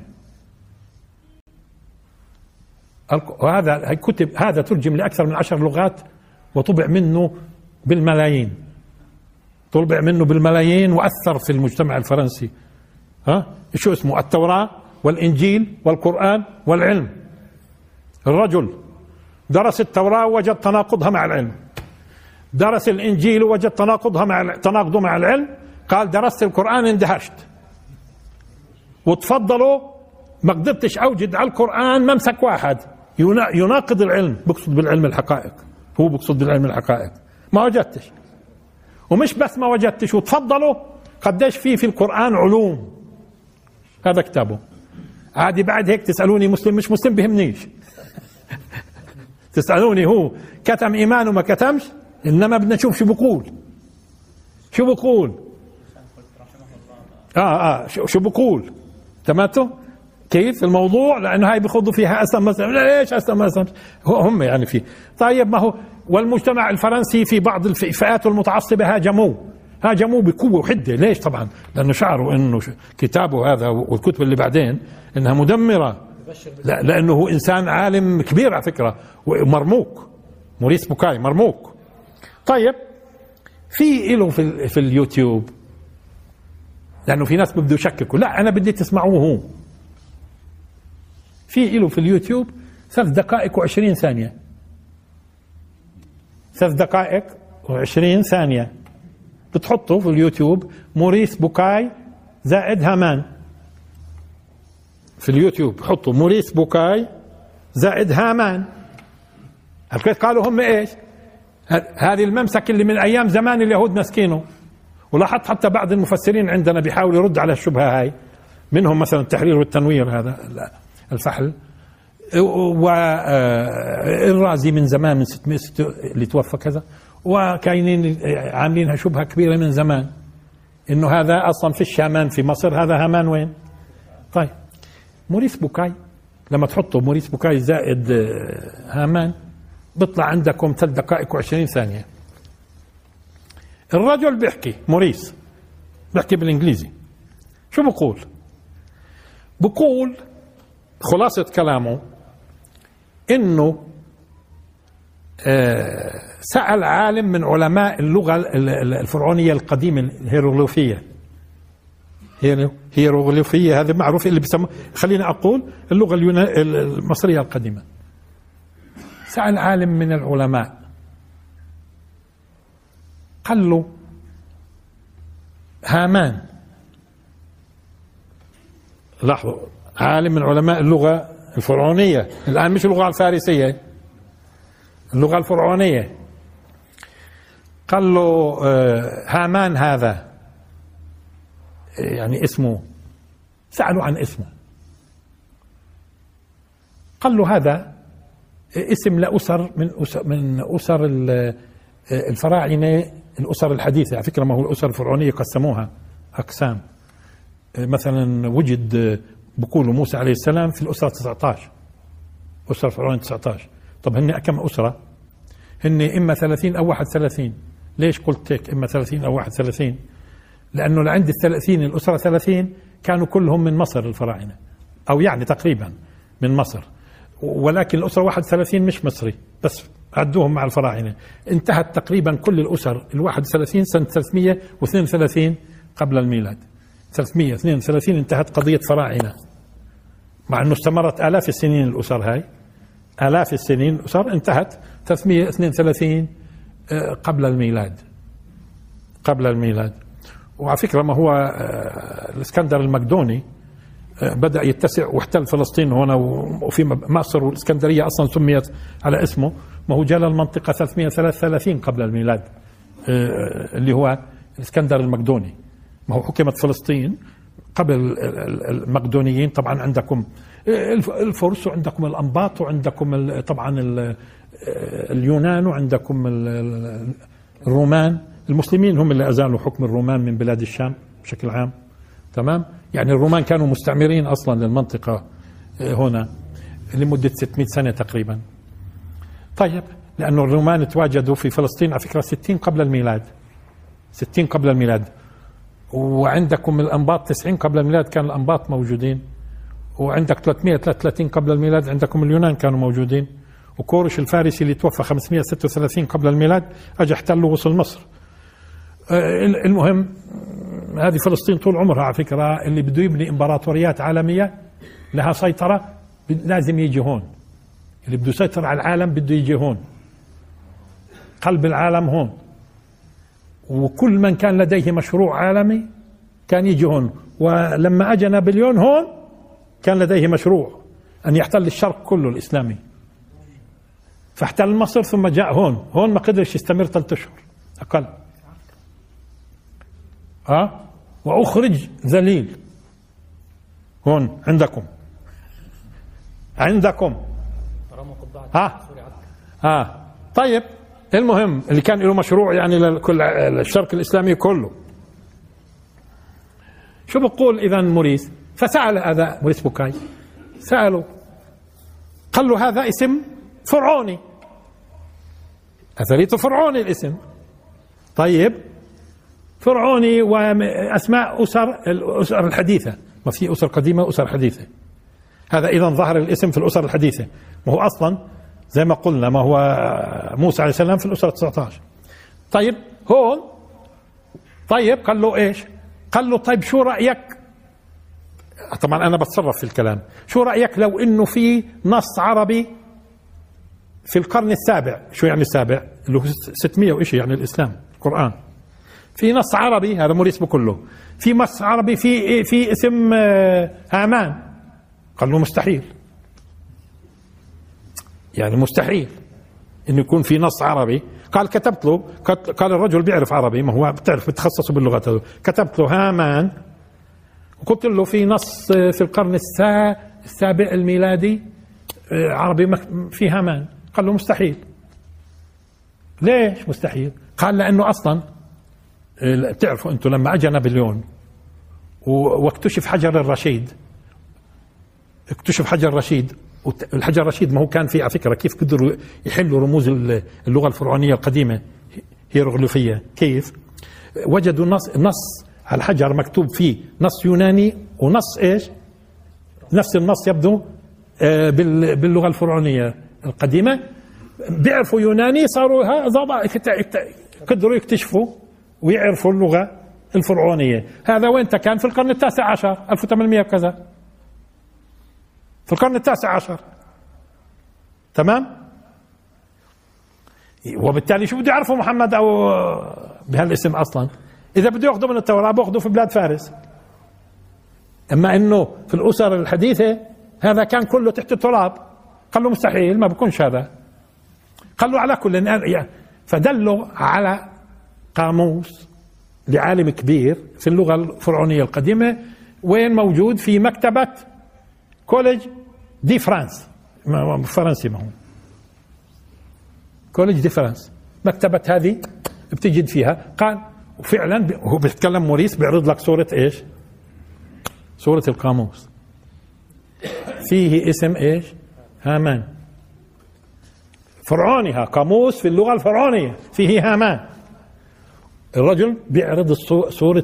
وهذا كتب هذا ترجم لأكثر من عشر لغات وطبع منه بالملايين، طبع منه بالملايين وأثر في المجتمع الفرنسي. ها شو اسمه؟ التوراة والإنجيل والقرآن والعلم. الرجل درس التوراة ووجد تناقضها مع العلم، درس الإنجيل ووجد تناقضها مع تناقضه مع العلم، قال درست القرآن اندهشت، وتفضلوا ما قدرتش أوجد على القرآن ممسك واحد يناقض العلم. بقصد بالعلم الحقائق، هو بقصد بالعلم الحقائق، ما وجدتش. ومش بس ما وجدتش، وتفضلوا قديش في في القرآن علوم. هذا كتابه عادي بعد هيك تسألوني مسلم مش مسلم بهمنيش. تسألوني هو كتم إيمانه ما كتمش، إنما بدنا نشوف شو بقول، شو بقول آه آه شو, شو بقول. تماتوا كيف الموضوع؟ لأنه هاي بيخضوا فيها أسلم مسلم، ليش أسلم مسلم هم يعني فيه. طيب ما هو والمجتمع الفرنسي في بعض الفئات المتعصبة هاجموه هاجموه بقوة وحدة. ليش؟ طبعا لأنه شعروا إنه كتابه هذا والكتب اللي بعدين إنها مدمرة. لا، لأنه هو إنسان عالم كبير على فكرة ومرموق، موريس بوكاي مرموق. طيب في له في, في اليوتيوب، لأنه في ناس بده يشككوا، لا أنا بدي تسمعوه هو. في له في اليوتيوب ثلاث دقائق وعشرين ثانية، ثلاث دقائق وعشرين ثانية بتحطوا في اليوتيوب موريس بوكاي زائد هامان. في اليوتيوب حطوا موريس بوكاي زائد هامان. كيف قالوا هم ايش؟ هذه الممسك اللي من ايام زمان اليهود مسكينه. ولاحظت حتى بعض المفسرين عندنا بيحاول يرد على الشبهة هاي، منهم مثلا التحرير والتنوير هذا الفحل، والرازي من زمان من ستمائة اللي توفى كذا، وكاينين عاملينها شبهة كبيرة من زمان انه هذا اصلا في الشامان في مصر، هذا هامان وين؟ طيب موريس بوكاي لما تحطوا موريس بوكاي زائد هامان بيطلع عندكم ثلاث دقائق وعشرين ثانية. الرجل بيحكي، موريس بيحكي بالانجليزي، شو بقول؟ بقول خلاصة كلامه انه آه سأل عالم من علماء اللغة الفرعونية القديمة الهيروغليفية. هيروغليفية هذا معروف اللي بيسموه، خلينا أقول اللغة المصرية القديمة. سأل عالم من العلماء قال له هامان، لاحظوا عالم من علماء اللغة الفرعونية الآن مش اللغة الفارسية، اللغة الفرعونية. قال له هامان هذا يعني اسمه، سألوا عن اسمه، قال له هذا اسم لأسر من أسر من أسر الفراعنة، الأسر الحديثة. على فكرة ما هو الأسر الفرعونية قسموها أقسام. مثلا وجد بقولوا موسى عليه السلام في الأسرة تسعة عشر، أسرة فرعونية تسعة عشر. طب هن كم أسرة؟ هن إما ثلاثين أو واحد ثلاثين. ليش قلت هيك إما ثلاثين أو واحد ثلاثين؟ لأنه لعند الثلاثين الأسرة ثلاثين كانوا كلهم من مصر الفراعنة، أو يعني تقريبا من مصر، ولكن الأسرة واحد ثلاثين مش مصري بس عدوهم مع الفراعنة. انتهت تقريبا كل الأسر الواحد ثلاثين سنة ثلاثمائة واثنين وثلاثين قبل الميلاد. ثلاثمائة واثنين وثلاثين انتهت قضية فراعنة، مع أنه استمرت آلاف السنين الأسر هاي، آلاف السنين الأسر انتهت ثلاثمائة واثنين وثلاثين قبل الميلاد، قبل الميلاد. وعلى فكرة ما هو الإسكندر المقدوني بدأ يتسع واحتل فلسطين هنا وفي مصر، والإسكندرية أصلا سميت على اسمه. ما هو جال المنطقة ثلاثمائة وثلاثة وثلاثين قبل الميلاد اللي هو الإسكندر المقدوني. ما هو حكمت فلسطين قبل المقدونيين. طبعا عندكم الفرس وعندكم الأنباط وعندكم طبعا اليونان وعندكم الرومان. المسلمين هم اللي أزالوا حكم الرومان من بلاد الشام بشكل عام. تمام، يعني الرومان كانوا مستعمرين أصلا للمنطقة هنا لمدة ستمائة سنة تقريبا. طيب لأنه الرومان تواجدوا في فلسطين على فكرة ستين قبل الميلاد، ستين قبل الميلاد. وعندكم الأنباط تسعين قبل الميلاد كان الأنباط موجودين. وعندك ثلاثمائة وثلاثة وثلاثين قبل الميلاد عندكم اليونان كانوا موجودين. وكورش الفارسي اللي توفى خمسمائة وستة وثلاثين قبل الميلاد أجى احتل ووصل مصر. المهم هذه فلسطين طول عمرها على فكرة اللي بده يبني إمبراطوريات عالمية لها سيطرة لازم يجي هون. اللي بده يسيطر على العالم بده يجي هون، قلب العالم هون. وكل من كان لديه مشروع عالمي كان يجي هون. ولما أجى نابليون هون كان لديه مشروع أن يحتل الشرق كله الإسلامي، فاحتل مصر ثم جاء هون. هون ما قدرش يستمر ثلاثة أشهر أقل، ها أه؟ وأخرج ذليل هون عندكم عندكم. ها ها طيب المهم اللي كان له مشروع يعني لكل الشرق الإسلامي كله. شو بقول إذا موريس؟ فسأل هذا موريس بوكاي، سأله قال له هذا اسم فرعوني، أثريته فرعوني الاسم. طيب فرعوني وأسماء أسر الأسر الحديثة، ما في أسر قديمة وأسر حديثة. هذا إذا ظهر الاسم في الأسر الحديثة، ما هو أصلا زي ما قلنا ما هو موسى عليه السلام في الأسرة تسعة عشر. طيب هون طيب قال له إيش؟ قال له طيب شو رأيك، طبعا أنا بتصرف في الكلام، شو رأيك لو إنه في نص عربي في القرن السابع، شو يعني السابع؟ اللي هو ستمائة وإشي يعني الإسلام القرآن، في نص عربي، هذا موريس بكله، في نص عربي في في اسم هامان. قال له مستحيل، يعني مستحيل انه يكون في نص عربي. قال كتبت له، قال الرجل بيعرف عربي، ما هو بتعرف بتخصصوا باللغات هذول، كتبت له هامان وقلت له في نص في القرن السابع الميلادي عربي في هامان. قال له مستحيل. ليش مستحيل؟ قال لانه اصلا بتعرفوا انتم لما اجى نابليون واكتشف حجر الرشيد، اكتشف حجر الرشيد، والحجر الرشيد ما هو كان في على فكره كيف قدروا يحلوا رموز اللغه الفرعونيه القديمه هيروغليفيه، كيف وجدوا نص نص على الحجر مكتوب فيه نص يوناني ونص ايش؟ نفس النص يبدو باللغه الفرعونيه القديمه. بيعرفوا يوناني صاروا قدروا يكتشفوا ويعرفوا اللغه الفرعونيه. هذا وين كان؟ في القرن التاسع عشر، ألف وثمانمائة وكذا، في القرن التاسع عشر. تمام؟ وبالتالي شو بده يعرفوا محمد او بهالاسم اصلا؟ اذا بده ياخذوا من التوراة باخذوا في بلاد فارس. اما انه في الاسر الحديثه هذا كان كله تحت التراب. قال له مستحيل، ما بكونش هذا. قال له على كل، فدلوا على قاموس لعالم كبير في اللغه الفرعونيه القديمه، وين موجود؟ في مكتبه كوليج دي فرانس، فرنسي، ما هو كوليج دي فرانس، مكتبة هذه بتجد فيها. قال وفعلا هو بيتكلم موريس بيعرض لك صورة ايش؟ صورة القاموس فيه اسم ايش؟ هامان. فرعوني، ها قاموس في اللغة الفرعونية فيه هامان. الرجل بيعرض صورة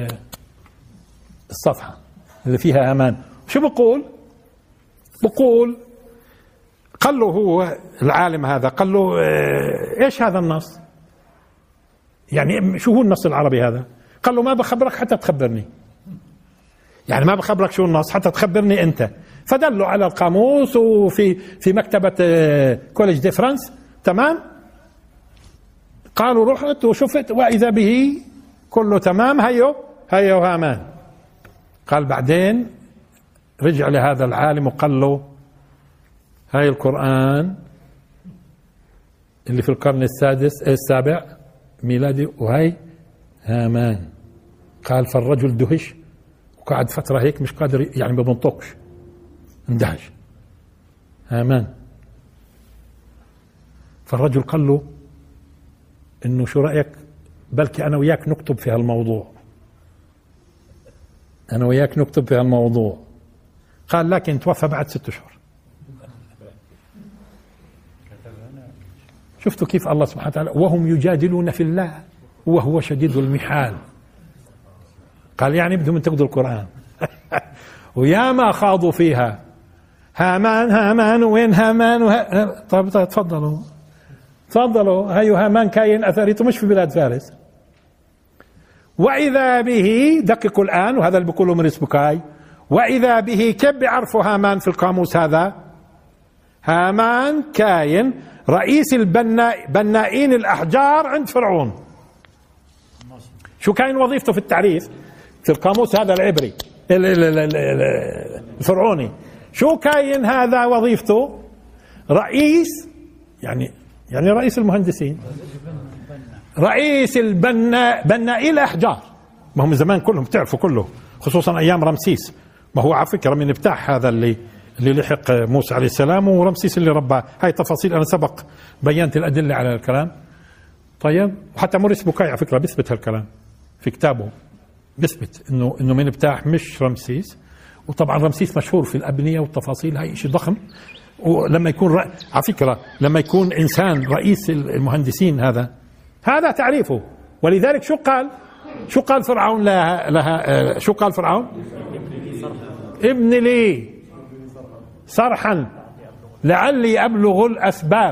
الصفحة اللي فيها هامان. شو بقول؟ بقول قال له هو العالم هذا، قال له ايش هذا النص؟ يعني شو هو النص العربي هذا؟ قال له ما بخبرك حتى تخبرني، يعني ما بخبرك شو النص حتى تخبرني انت. فدلوا على القاموس وفي في مكتبة كوليج دي فرانس. تمام؟ قالوا رحت وشفت واذا به كله تمام، هيو هيو هامان. قال بعدين رجع لهذا العالم وقال له هاي القرآن اللي في القرن السادس السابع ميلادي، وهي هامان. قال فالرجل دهش وقعد فترة هيك مش قادر، يعني ما بنطقش، اندهش. هامان. فالرجل قال له انه شو رأيك بلكي انا وياك نكتب في هالموضوع، انا وياك نكتب في هالموضوع. قال لكن توفى بعد ست اشهر. شفتوا كيف الله سبحانه وتعالى وهم يجادلون في الله وهو شديد المحال. قال يعني بدهم ينتقدوا القرآن ويا ما خاضوا فيها. هامان هامان وين هامان وه... طيب تفضلوا تفضلوا هيو هامان كاين أثريته مش في بلاد فارس. وإذا به دققوا الآن، وهذا اللي بيقوله موريس بوكاي، وإذا به كيف بيعرفوا هامان في القاموس هذا؟ هامان كاين رئيس البناء بنائين الأحجار عند فرعون. شو كاين وظيفته في التعريف في القاموس هذا العبري الفرعوني؟ شو كاين هذا وظيفته؟ رئيس، يعني يعني رئيس المهندسين، رئيس البناء بنائي الأحجار. ما هم زمان كلهم بتعرفوا كله، خصوصا أيام رمسيس. ما هو على فكرة من ابتاع هذا اللي اللي لحق موسى عليه السلام، ورمسيس اللي رباه. هاي تفاصيل أنا سبق بينت الأدلة على الكلام. طيب، وحتى موريس بوكاي على فكرة بيثبت هالكلام في كتابه، بيثبت إنه إنه منبتاح مش رمسيس. وطبعا رمسيس مشهور في الأبنية والتفاصيل، هاي شيء ضخم. ولما يكون رأ... على فكرة لما يكون إنسان رئيس المهندسين، هذا هذا تعريفه. ولذلك شو قال شو قال فرعون لها, لها شو قال فرعون؟ ابن لي صرحا لعلي أبلغ الأسباب.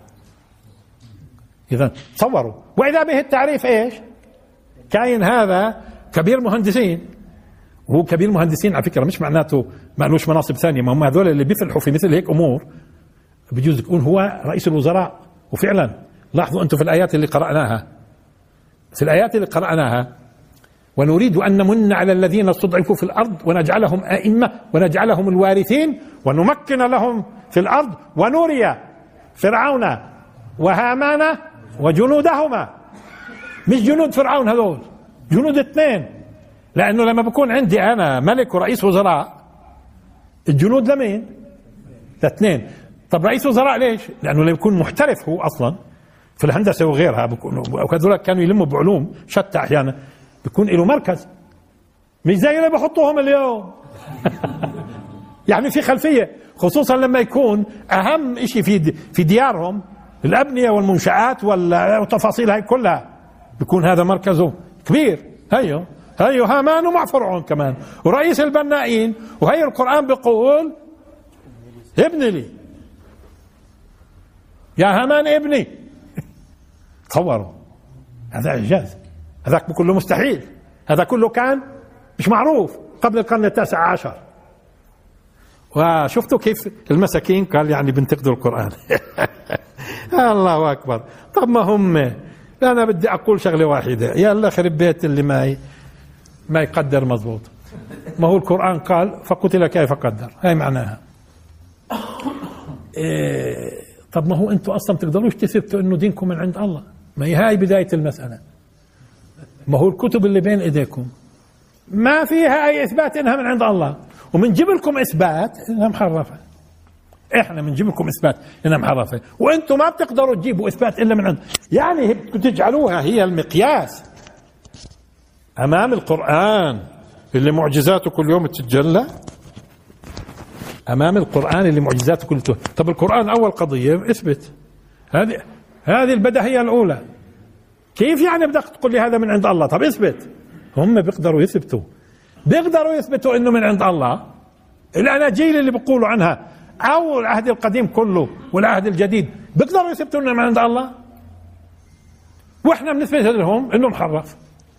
إذا تصوروا، وإذا به التعريف إيش؟ كاين هذا كبير مهندسين، وهو كبير مهندسين على فكرة مش معناته ما لوش مناصب ثانية، ما هم هذول اللي بيفلحوا في مثل هيك أمور بجوز يكون هو رئيس الوزراء. وفعلا لاحظوا أنتم في الآيات اللي قرأناها في الآيات اللي قرأناها ونريد أن نمن على الذين استضعفوا في الأرض ونجعلهم أئمة ونجعلهم الوارثين ونمكن لهم في الأرض ونري فرعون وهامان وجنودهما. مش جنود فرعون هذول، جنود اثنين. لأنه لما بكون عندي أنا ملك ورئيس وزراء، الجنود لمين؟ لاثنين. طب رئيس وزراء ليش؟ لأنه لما يكون محترف هو أصلا في الهندسة وغيرها، وهذول كانوا يلموا بعلوم شتى أحيانا، بيكون له مركز مش زي اللي بحطوهم اليوم. يعني في خلفية، خصوصا لما يكون أهم شيء في في ديارهم الأبنية والمنشآت والتفاصيل هاي كلها، بيكون هذا مركزه كبير. هيو هيو هامان ومع فرعون كمان ورئيس البنائين. وهي القرآن بيقول ابن لي يا هامان ابني. تصوروا، هذا إعجاز، هذاك كله مستحيل، هذا كله كان مش معروف قبل القرن التاسع عشر. وشفتوا كيف المساكين قال يعني بنتقدوا القرآن. الله أكبر. طب ما هم، أنا بدي أقول شغلة واحدة، يا الله خرب بيت اللي ما ما يقدر مضبوط. ما هو القرآن قال فقتل كيف قدر، هاي معناها. إيه طب ما هو أنتوا أصلا تقدروش تثبتوا إنه دينكم من عند الله، ما هي هاي بداية المسألة. ما هو الكتب اللي بين إيديكم ما فيها أي إثبات إنها من عند الله، ومنجيب لكم إثبات إنها محرفة. إحنا منجيب لكم إثبات إنها محرفة، وأنتم ما بتقدروا تجيبوا إثبات إلا من عند، يعني تجعلوها هي المقياس أمام القرآن اللي معجزاته كل يوم تتجلى. أمام القرآن اللي معجزاته كل يوم. طب القرآن أول قضية اثبت، هذه هذه البديهية الأولى. كيف يعني بدك تقول لي هذا من عند الله؟ طب اثبت. هم بيقدروا يثبتوا بيقدروا يثبتوا انه من عند الله. الاناجيل اللي بيقولوا عنها او العهد القديم كله والعهد الجديد بيقدروا يثبتوا انه من عند الله، واحنا بنثبت لهم انه محرف.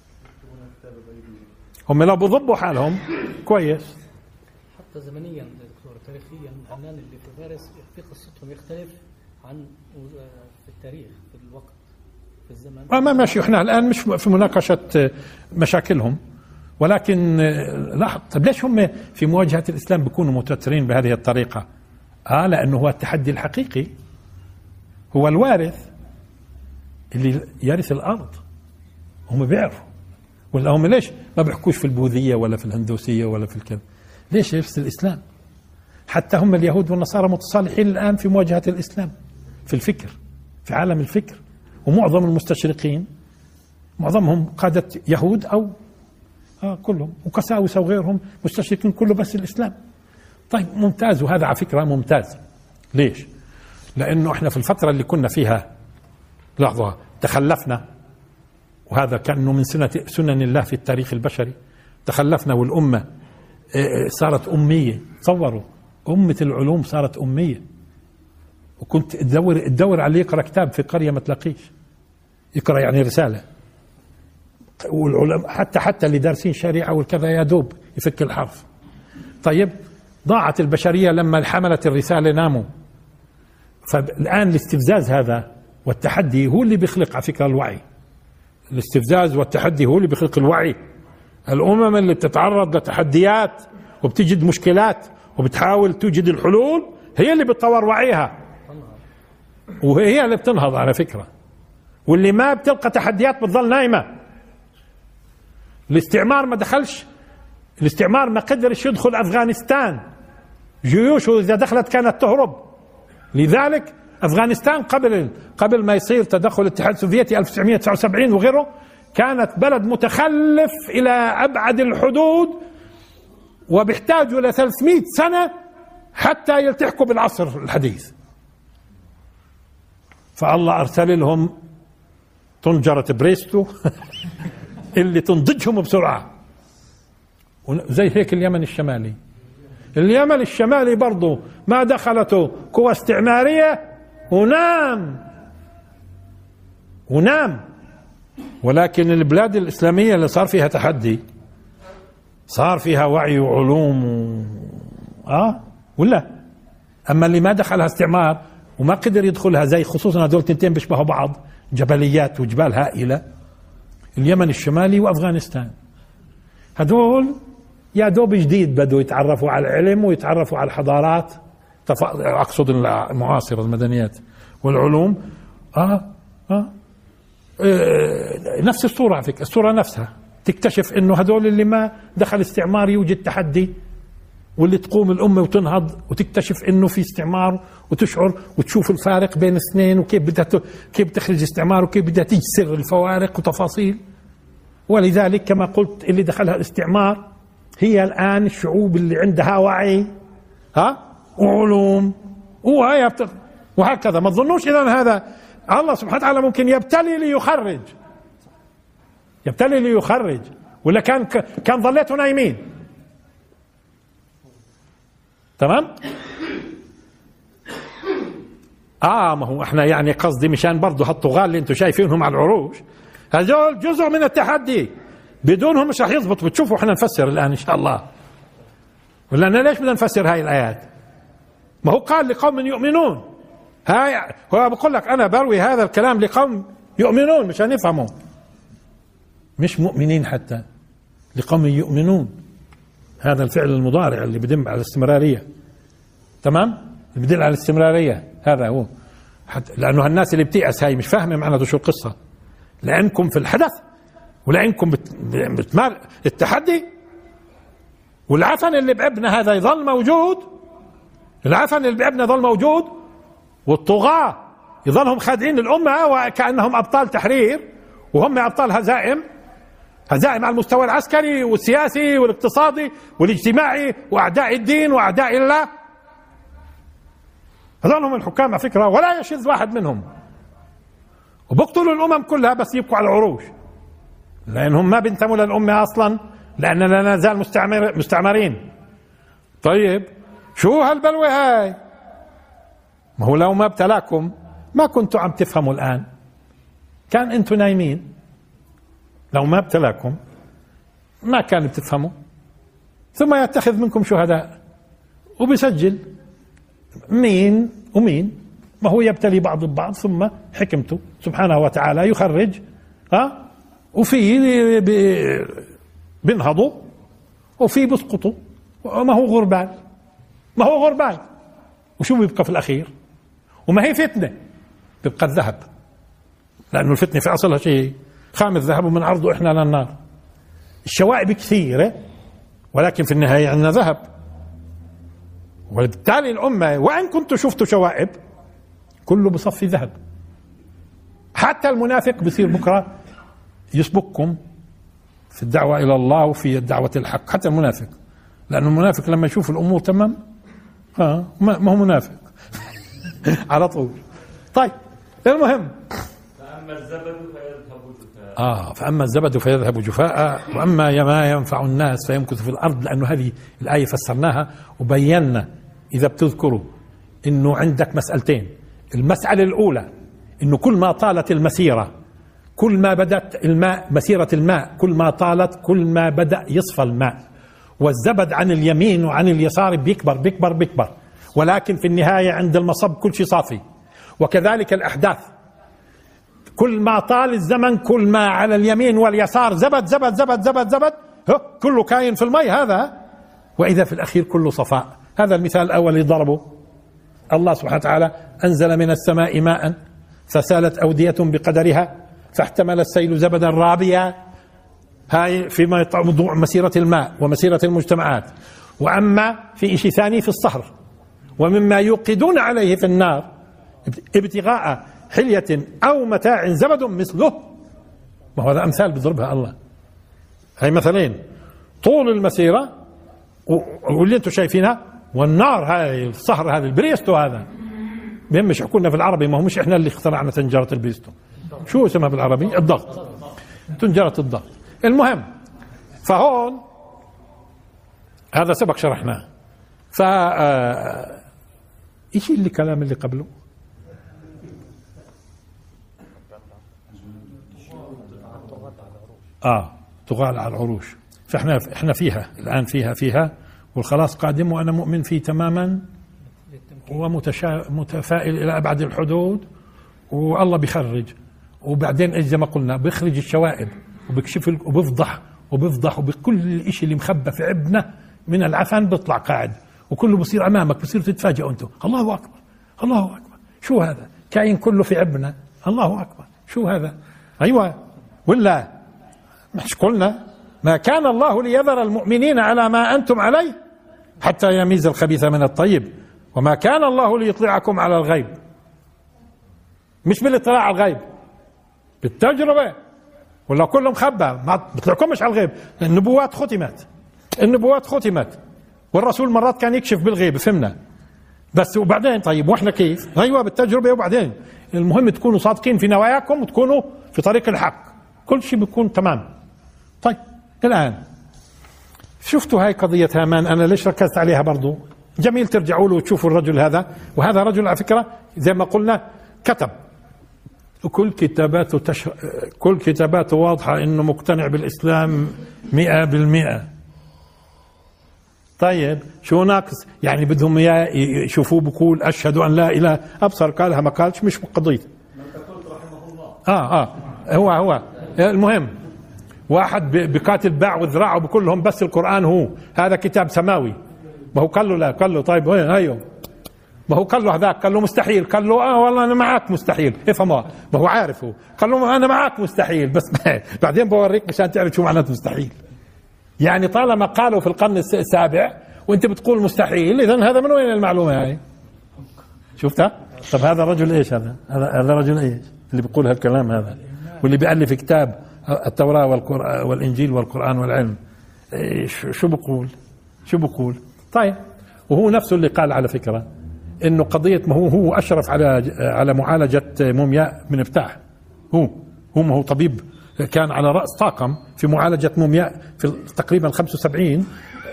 هم لو بضبوا حالهم كويس. حتى زمنيا دكتور تاريخيا الأعلان اللي في فارس في قصتهم يختلف عن في التاريخ في الوقت في الزمن. ما ماشي، احنا الآن مش في مناقشة مشاكلهم، ولكن لاحظ طب ليش هم في مواجهة الإسلام بيكونوا متوترين بهذه الطريقة؟ آه لأنه هو التحدي الحقيقي، هو الوارث اللي يرث الأرض. هم بيعرفوا، ولا هم ليش ما بيحكوش في البوذية ولا في الهندوسية ولا في الكذا؟ ليش يرث الإسلام؟ حتى هم اليهود والنصارى متصالحين الآن في مواجهة الإسلام في الفكر، في عالم الفكر. ومعظم المستشرقين معظمهم قادة يهود أو آه كلهم، وقساوسة وغيرهم مستشرقين كله بس الإسلام. طيب ممتاز، وهذا على فكرة ممتاز. ليش؟ لأنه احنا في الفترة اللي كنا فيها لحظة تخلفنا، وهذا كأنه من سنة سنن الله في التاريخ البشري. تخلفنا والأمة صارت أمية. تصوروا أمة العلوم صارت أمية، وكنت تدور تدور على يقرأ كتاب في قرية ما تلاقيش يقرأ يعني رسالة. والعلماء حتى حتى اللي دارسين شريعة والكذا يا دوب يفك الحرف. طيب ضاعت البشرية لما حملت الرسالة ناموا. فالآن الاستفزاز هذا والتحدي هو اللي بيخلق على فكرة الوعي. الاستفزاز والتحدي هو اللي بيخلق الوعي. الأمم اللي بتتعرض لتحديات وبتجد مشكلات وبتحاول توجد الحلول هي اللي بتطور وعيها، وهي اللي بتنهض على فكرة. واللي ما بتلقى تحديات بتظل نايمة. الاستعمار ما دخلش، الاستعمار ما قدرش يدخل أفغانستان جيوشه إذا دخلت كانت تهرب. لذلك أفغانستان قبل قبل ما يصير تدخل الاتحاد السوفيتي ألف وتسعمئة وتسعة وسبعين وغيره كانت بلد متخلف إلى أبعد الحدود، وبيحتاجوا إلى ثلاثمئة سنة حتى يلتحقوا بالعصر الحديث. فالله أرسل لهم طنجرة بريستو اللي تنضجهم بسرعة. زي هيك اليمن الشمالي، اليمن الشمالي برضو ما دخلته قوى استعمارية ونام ونام. ولكن البلاد الإسلامية اللي صار فيها تحدي، صار فيها وعي وعلوم و... آه ولا أما اللي ما دخلها استعمار وما قدر يدخلها، زي خصوصا هذول تنتين بيشبهوا بعض، جبليات وجبال هائلة، اليمن الشمالي وأفغانستان، هذول يا دوب جديد بدوا يتعرفوا على العلم ويتعرفوا على الحضارات، أقصد المعاصرة المدنيات والعلوم. آه آه آه نفس الصورة على فكرة، الصورة نفسها تكتشف إنه هذول اللي ما دخل استعمار يوجد تحدي، واللي تقوم الأمة وتنهض وتكتشف إنه في استعمار وتشعر وتشوف الفارق بين الاثنين وكيف بدها كيف تخرج استعمار وكيف بدها تيجي سر الفوارق وتفاصيل. ولذلك كما قلت اللي دخلها الاستعمار هي الآن الشعوب اللي عندها وعي ها وعلوم وهي وهكذا. ما تظنوش إذا هذا الله سبحانه وتعالى ممكن يبتلي ليخرج، يبتلي ليخرج، ولا كان كان ظليتوا نايمين؟ تمام. اه ما هو احنا يعني قصدي مشان برضه هالطغاة اللي انتم شايفينهم على العروش هذول جزء من التحدي، بدونهم مش رح يضبط. بتشوفوا احنا نفسر الان ان شاء الله، ولا انا ليش بدنا نفسر هاي الايات؟ ما هو قال لقوم يؤمنون، هاي هو بقول لك انا بروي هذا الكلام لقوم يؤمنون مشان يفهموا، مش مؤمنين حتى، لقوم يؤمنون. هذا الفعل المضارع اللي بدل على الاستمرارية، تمام، اللي بدل على الاستمرارية هذا هو. حتى لأنه الناس اللي بتيأس هاي مش فاهمة معناته شو القصة، لأنكم في الحدث ولأنكم بتمار التحدي، والعفن اللي بعبنا هذا يظل موجود، العفن اللي بعبنا يظل موجود، والطغاة يظلهم خادعين الأمة وكأنهم أبطال تحرير وهم أبطال هزائم، هزائم على المستوى العسكري والسياسي والاقتصادي والاجتماعي وأعداء الدين وأعداء الله. هذول هم الحكام على فكرة، ولا يشذ واحد منهم، وبقتلوا الأمم كلها بس يبقوا على العروش، لأنهم ما بينتموا للأمة أصلا، لأننا لا نزال مستعمر مستعمرين. طيب شو هالبلوة هاي؟ ما هو لو ما ابتلاكم ما كنتوا عم تفهموا الآن، كان أنتوا نايمين. لو ما ابتلاكم ما كان بتفهموا. ثم يتخذ منكم شهداء وبيسجل مين ومين، ما هو يبتلي بعض ببعض، ثم حكمته سبحانه وتعالى يخرج، ها، وفي بينهضوا وفي بيسقطوا، وما هو غربال، ما هو غربال. وشو بيبقى في الأخير؟ وما هي فتنة، بيبقى الذهب، لأنه الفتنة في أصلها شيء خام الذهب ومن عرضه إحنا للنار. الشوائب كثيرة ولكن في النهاية عندنا ذهب، وبالتالي الأمة وإن كنتوا شفتوا شوائب كله بصفي ذهب. حتى المنافق بصير بكرة يسبقكم في الدعوة إلى الله وفي الدعوة الحق، حتى المنافق، لأنه المنافق لما يشوف الأمور تمام ها ما هو منافق على طول. طيب المهم، فأما الزبد فيذهب جفاء. آه فأما الزبد فيذهب جفاء وأما ما ينفع الناس فيمكث في الأرض. لأنه هذه الآية فسرناها وبينا، إذا بتذكروا إنه عندك مسألتين. المسألة الأولى إنه كل ما طالت المسيرة، كل ما بدأت الماء مسيرة الماء، كل ما طالت كل ما بدأ يصفى الماء، والزبد عن اليمين وعن اليسار بيكبر بيكبر بيكبر، ولكن في النهاية عند المصب كل شيء صافي. وكذلك الأحداث، كل ما طال الزمن كل ما على اليمين واليسار زبد زبد زبد زبد زبد، كله كاين في المي هذا، وإذا في الأخير كله صفاء. هذا المثال الأول اللي ضربه الله سبحانه وتعالى: أنزل من السماء ماء فسالت أودية بقدرها فاحتمل السيل زبدا رابيا. هاي في موضوع مسيرة الماء ومسيرة المجتمعات. وأما في شيء ثاني في الصهر، ومما يوقدون عليه في النار ابتغاء حلية أو متاع زبد مثله. وهذا أمثال بضربها الله، هي مثلين، طول المسيرة واللي انتم شايفينها، والنار هاي الصهر هذا البريستو هذا مش حكونا في العربي، ما هو مش احنا اللي اخترعنا تنجرة البريستو، شو اسمها بالعربي؟ الضغط، تنجرة الضغط. المهم، فهون هذا سبق شرحناه. ف ايش اللي كلام اللي قبله؟ اه تغال على العروش. فاحنا احنا فيها الان، فيها فيها والخلاص قادم، وانا مؤمن فيه تماما ومتفائل الى ابعد الحدود، والله بيخرج. وبعدين زي ما قلنا بيخرج الشوائب وبيكشف وبيفضح وبيفضح وبكل شيء اللي مخبى في عبنا من العفن بيطلع قاعد، وكله بصير امامك، بصير تتفاجئوا انتم، الله اكبر الله اكبر، شو هذا؟ كائن كله في عبنا، الله اكبر، شو هذا؟ ايوه، ولا مش قلنا ما كان الله ليذر المؤمنين على ما انتم عليه حتى يميز الخبيث من الطيب، وما كان الله ليطلعكم على الغيب. مش بالاطلاع على الغيب، بالتجربه، ولا كله مخبى، ما بيطلعكمش على الغيب. النبوات ختمت، النبوات ختمت، والرسول مرات كان يكشف بالغيب، فهمنا. بس وبعدين طيب واحنا كيف؟ ايوه بالتجربه. وبعدين المهم تكونوا صادقين في نواياكم وتكونوا في طريق الحق، كل شيء بيكون تمام. طيب الان شفتوا هاي قضيه هامان، انا ليش ركزت عليها برضو؟ جميل ترجعوا له وتشوفوا الرجل هذا، وهذا رجل على فكره زي ما قلنا كتب، وكل كتاباته تش... كل كتاباته واضحه انه مقتنع بالاسلام مئة بالمئة. طيب شو ناقص؟ يعني بدهم اياه يشوفوه بقول اشهد ان لا اله، ابصر قالها ما قالش، مش قضيه. اه اه هو هو المهم واحد بقاتل باع وذراعه بقول لهم بس القران هو هذا كتاب سماوي. ما هو قال له لا، قال له طيب وين؟ ايوه، ما هو قال له هذاك، قال له مستحيل، قال له اه والله انا معك مستحيل، افهمها، ما هو عارف، هو قال له انا معك مستحيل، بس بعدين بوريك مشان تعرف شو معناته مستحيل. يعني طالما قالوا في القرن السابع وانت بتقول مستحيل، اذا هذا من وين المعلومه هاي؟ شفتها؟ طب هذا رجل ايش؟ هذا هذا هذا رجل ايش اللي بيقول هالكلام هذا، واللي بيألف كتاب التوراة والقرآن والإنجيل والقرآن والعلم؟ شو بقول؟ شو بقول؟ طيب، وهو نفسه اللي قال على فكرة إنه قضية، ما هو هو أشرف على على معالجة مومياء من مفتاح، هو هو ما هو طبيب، كان على رأس طاقم في معالجة مومياء في تقريبا خمسة وسبعين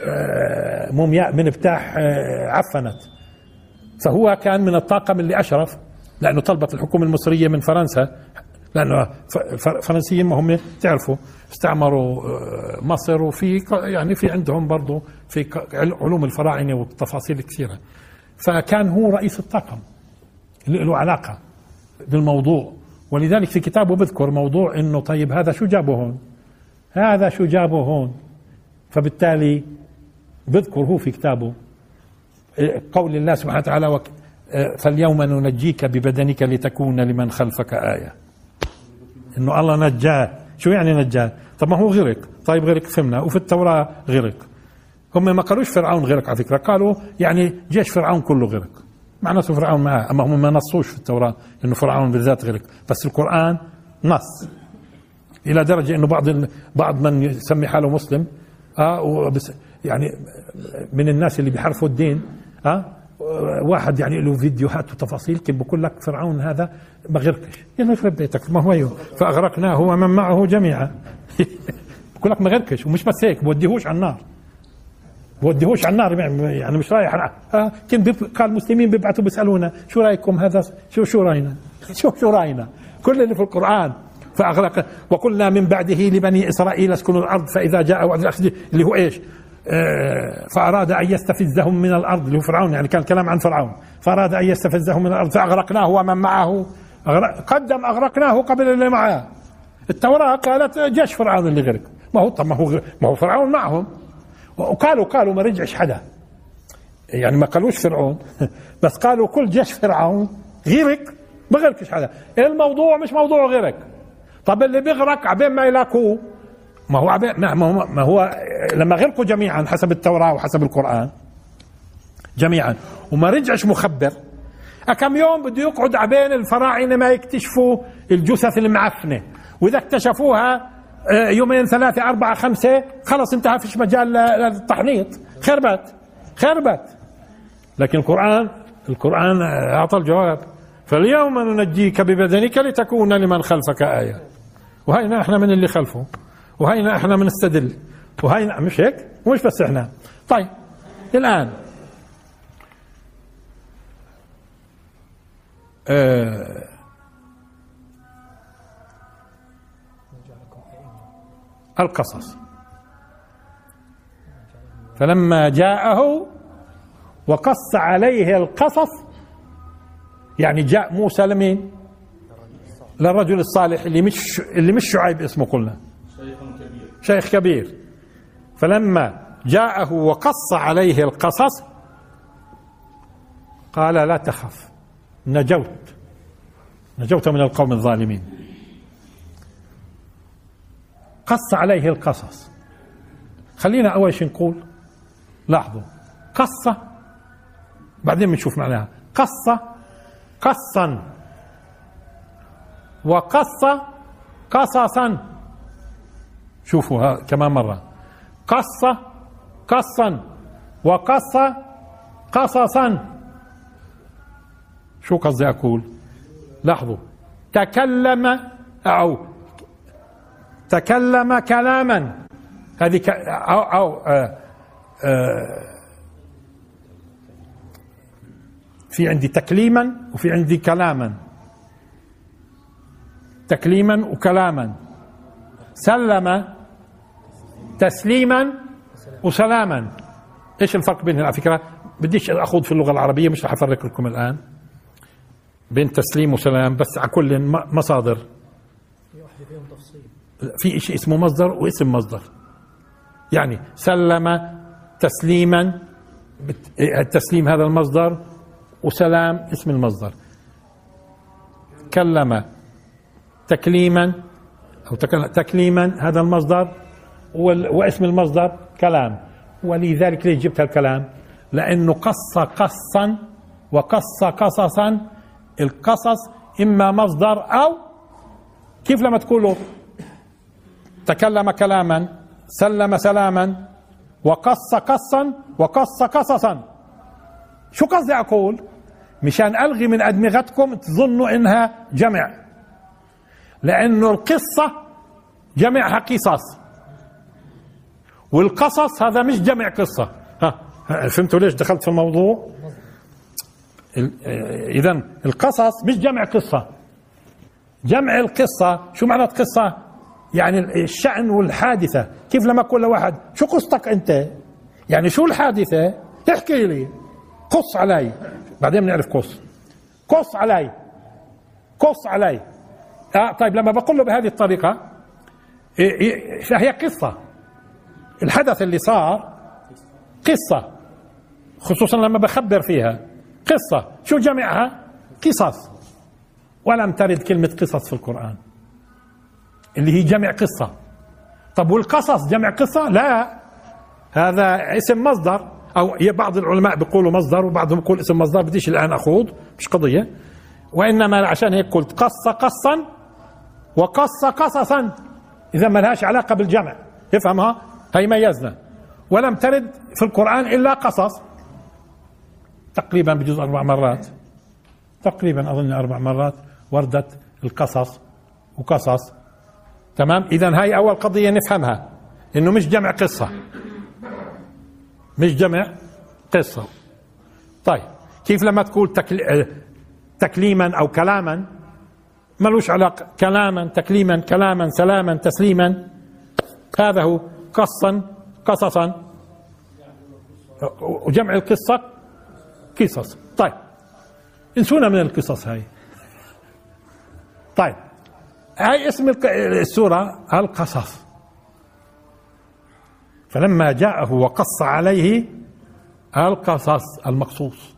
مومياء من مفتاح عفنت، فهو كان من الطاقم اللي أشرف، لأنه طلبت الحكومة المصرية من فرنسا، لأنه الفرنسيين ما هم تعرفوا استعمروا مصر، وفي يعني في عندهم برضو في علوم الفراعنة والتفاصيل كثيرة، فكان هو رئيس الطاقم اللي له علاقة بالموضوع. ولذلك في كتابه بذكر موضوع إنه طيب هذا شو جابه هون، هذا شو جابه هون، فبالتالي بذكر هو في كتابه قول الله سبحانه وتعالى فاليوم ننجيك ببدنك لتكون لمن خلفك آية، إنه الله نجاه. شو يعني نجاه؟ طب ما هو غرق، طيب غرق فهمنا، وفي التوراة غرق. هم ما قالوش فرعون غرق على فكرة، قالوا يعني جيش فرعون كله غرق، معناته فرعون معاه، أما هم ما نصوش في التوراة إنه فرعون بالذات غرق، بس القرآن نص إلى درجة إنه بعض بعض من يسمي حاله مسلم آه وبس يعني من الناس اللي بيحرفوا الدين آه واحد يعني له فيديوهات وتفاصيل كيف بقول لك فرعون هذا ما غرقش، يعني يخرب بيتك، ما هو ايوه فاغرقناه ومن معه جميعا بقول لك ما غرقش، ومش بس هيك بوديهوش على النار، بوديهوش على النار، يعني مش رايح آه كان قال المسلمين بيبعثوا بيسالونا شو رايكم هذا، شو شو راينا شو شو راينا كل اللي في القران. فاغرق وقلنا من بعده لبني اسرائيل اسكنوا الارض فاذا جاء وعد الاخذ اللي هو ايش فأراد أن يستفزهم من الأرض، اللي هو فرعون، يعني كان كلام عن فرعون، فأراد أن يستفزهم من الأرض فأغرقناه ومن معه، قدم أغرقناه قبل اللي معه. التوراة قالت جيش فرعون اللي غرق، ما هو طب ما هو ما هو فرعون معهم، وقالوا قالوا ما رجعش حدا، يعني ما قالوش فرعون بس قالوا كل جيش فرعون غرق، ما غرقش حدا. الموضوع مش موضوع غرق، طب اللي بيغرق عبين ما يلاقوه ما هو ما هو ما هو لما غرقوا جميعا حسب التوراة وحسب القرآن جميعا وما رجعش مخبر، كم يوم بده يقعد عبين الفراعنة ما يكتشفوا الجثث المعفنة، وإذا اكتشفوها يومين ثلاثة أربعة خمسة خلص انتهى، فيش مجال للتحنيط، خربت خربت. لكن القرآن القرآن أعطى الجواب، فاليوم ننجيك ببدنك لتكون لمن خلفك آية. وهينا احنا من اللي خلفه، وهينا احنا من نستدل، وهينا مش هيك؟ مش بس احنا. طيب الآن آه القصص. فلما جاءه وقص عليه القصص، يعني جاء موسى لمين؟ للرجل الصالح اللي مش اللي مش شعيب اسمه، قلنا شيخ كبير شيخ كبير. فلما جاءه وقص عليه القصص قال لا تخف، نجوت نجوت من القوم الظالمين. قص عليه القصص. خلينا أول شيء نقول، لاحظوا، قص بعدين بنشوف معناها. قص قصا، وقص قصصا. شوفوا كمان مرة، قص قصا وقص قصصا. شو قصدي أقول؟ لاحظوا، تكلم أو تكلم كلاما، هذه ك... أو, أو آه آه في عندي تكليما وفي عندي كلاما، تكليما وكلاما. سلم تسليما وسلاما. ايش الفرق بينهم؟ على فكرة بديش اخوض في اللغة العربية، مش رح افرق لكم الان بين تسليم وسلام، بس على كل مصادر في واحدة فيهم تفصيل، في شيء اسمه مصدر واسم مصدر. يعني سلم تسليما، التسليم هذا المصدر، وسلام اسم المصدر. كلم تكليما أو تكليما هذا المصدر، واسم المصدر كلام. ولذلك ليش جبت الكلام؟ لأنه قص قصا وقص قصصا. القصص إما مصدر أو كيف لما تقولوا تكلم كلاما، سلم سلاما، وقص قصا وقص قصصا. شو قصدي أقول؟ مشان ألغي من أدمغتكم تظنوا إنها جمع، لأنه القصة جمعها قصص، والقصص هذا مش جمع قصة. ها فهمتوا ليش دخلت في الموضوع؟ إذن القصص مش جمع قصة. جمع القصة شو معنى قصة؟ يعني الشأن والحادثة. كيف لما أقول لواحد شو قصتك أنت؟ يعني شو الحادثة؟ احكي لي، قص علي، بعدين بنعرف قص. قص علي، قص علي. آه طيب لما بقول له بهذه الطريقة فهي قصة. الحدث اللي صار قصة، خصوصا لما بخبر فيها قصة. شو جمعها؟ قصص. ولم ترد كلمة قصص في القرآن اللي هي جمع قصة. طب والقصص جمع قصة؟ لا، هذا اسم مصدر، أو بعض العلماء بيقولوا مصدر وبعضهم يقول اسم مصدر. بديش الآن أخوض، مش قضية، وإنما عشان هيك قلت قص قصا وقص قصصا. إذا ما لهاش علاقة بالجمع، افهمها، هي ميزنا. ولم ترد في القرآن إلا قصص، تقريبا بجوز أربع مرات، تقريبا أظن أربع مرات وردت القصص وقصص. تمام. إذن هاي أول قضية نفهمها، إنه مش جمع قصة، مش جمع قصة. طيب كيف لما تقول تكلي... تكليما أو كلاما؟ ملوش علاقة. كلاما، تكليما، كلاما، سلاما، تسليما، هذا هو. قصا قصصا، وجمع القصة قصص. طيب انسونا من القصص هاي. طيب هاي اسم السورة القصص. فلما جاءه وقص عليه القصص المقصوص،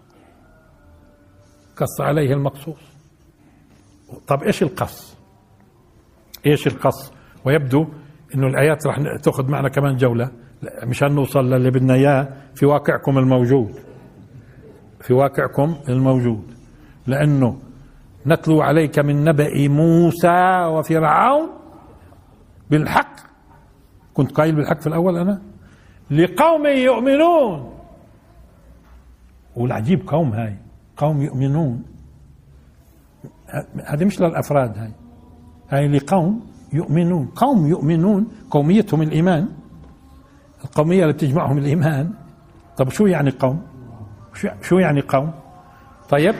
قص عليه المقصوص. طب ايش القص؟ ايش القص؟ ويبدو إنه الآيات رح تأخذ معنا كمان جولة مشان نوصل للي بدنا إياه في واقعكم الموجود، في واقعكم الموجود. لأنه نتلو عليك من نبأ موسى وفرعون بالحق، كنت قايل بالحق في الأول أنا، لقوم يؤمنون. والعجيب قوم هاي، قوم يؤمنون، هذه مش للأفراد، هاي هاي لقوم يؤمنون. قوم يؤمنون قوميتهم الإيمان، القومية اللي بتجمعهم الإيمان. طب شو يعني قوم؟ شو يعني قوم؟ طيب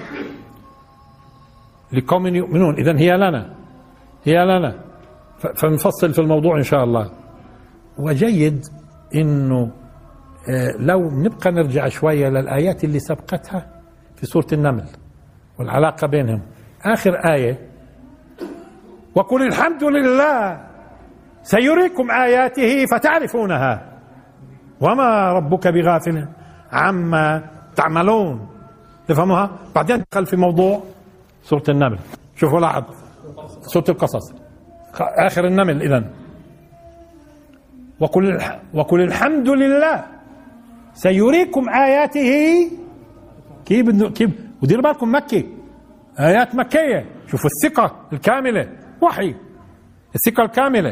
لقوم يؤمنون، إذن هي لنا، هي لنا. فنفصل في الموضوع إن شاء الله. وجيد إنه لو نبقى نرجع شوية للآيات اللي سبقتها في سورة النمل والعلاقة بينهم. آخر آية وقل الحمد لله سيريكم آياته فتعرفونها وما ربك بغافل عما تعملون. تفهموها؟ بعدين دخل في موضوع سورة النمل. شوفوا لاحظ سورة القصص آخر النمل. إذن وقل وقل الحمد لله سيريكم آياته. كيف كيف ودير بالكم مكي، آيات مكية. شوفوا الثقة الكاملة، وحي الثقة الكاملة.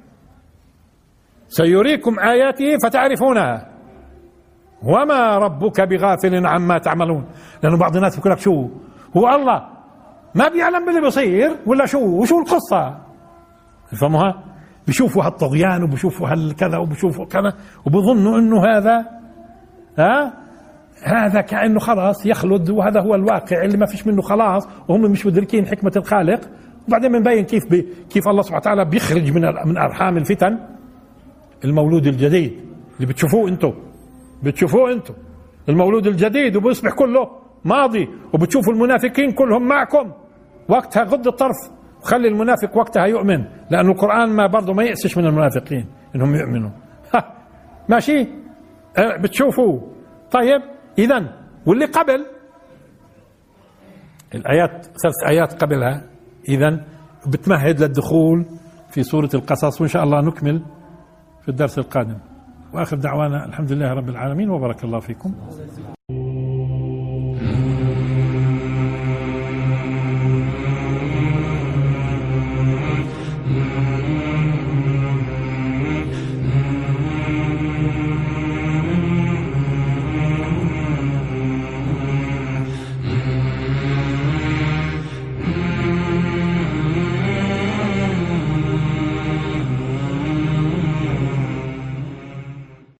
سيريكم آياته فتعرفونها وما ربك بغافل عما تعملون. لأنه بعض الناس يقول لك شو هو الله ما بيعلم باللي بيصير ولا شو وشو القصة؟ فهموها؟ بيشوفوا هالطغيان وبيشوفوا هالكذا وبيشوفوا كذا وبظنوا انه هذا ها هذا كأنه خلاص يخلد وهذا هو الواقع اللي ما فيش منه خلاص، وهم مش مدركين حكمة الخالق. وبعدين بنبين كيف بي كيف الله سبحانه وتعالى بيخرج من من أرحام الفتن المولود الجديد اللي بتشوفوه انتم، بتشوفوه انتم المولود الجديد، وبيصبح كله ماضي، وبتشوفوا المنافقين كلهم معكم. وقتها غض الطرف وخلي المنافق وقتها يؤمن، لأن القرآن ما برضه ما يأسش من المنافقين إنهم يؤمنوا. ماشي أه بتشوفوه. طيب إذن واللي قبل الآيات ثلاث آيات قبلها إذن بتمهد للدخول في سورة القصص، وإن شاء الله نكمل في الدرس القادم. وآخر دعوانا الحمد لله رب العالمين وبارك الله فيكم.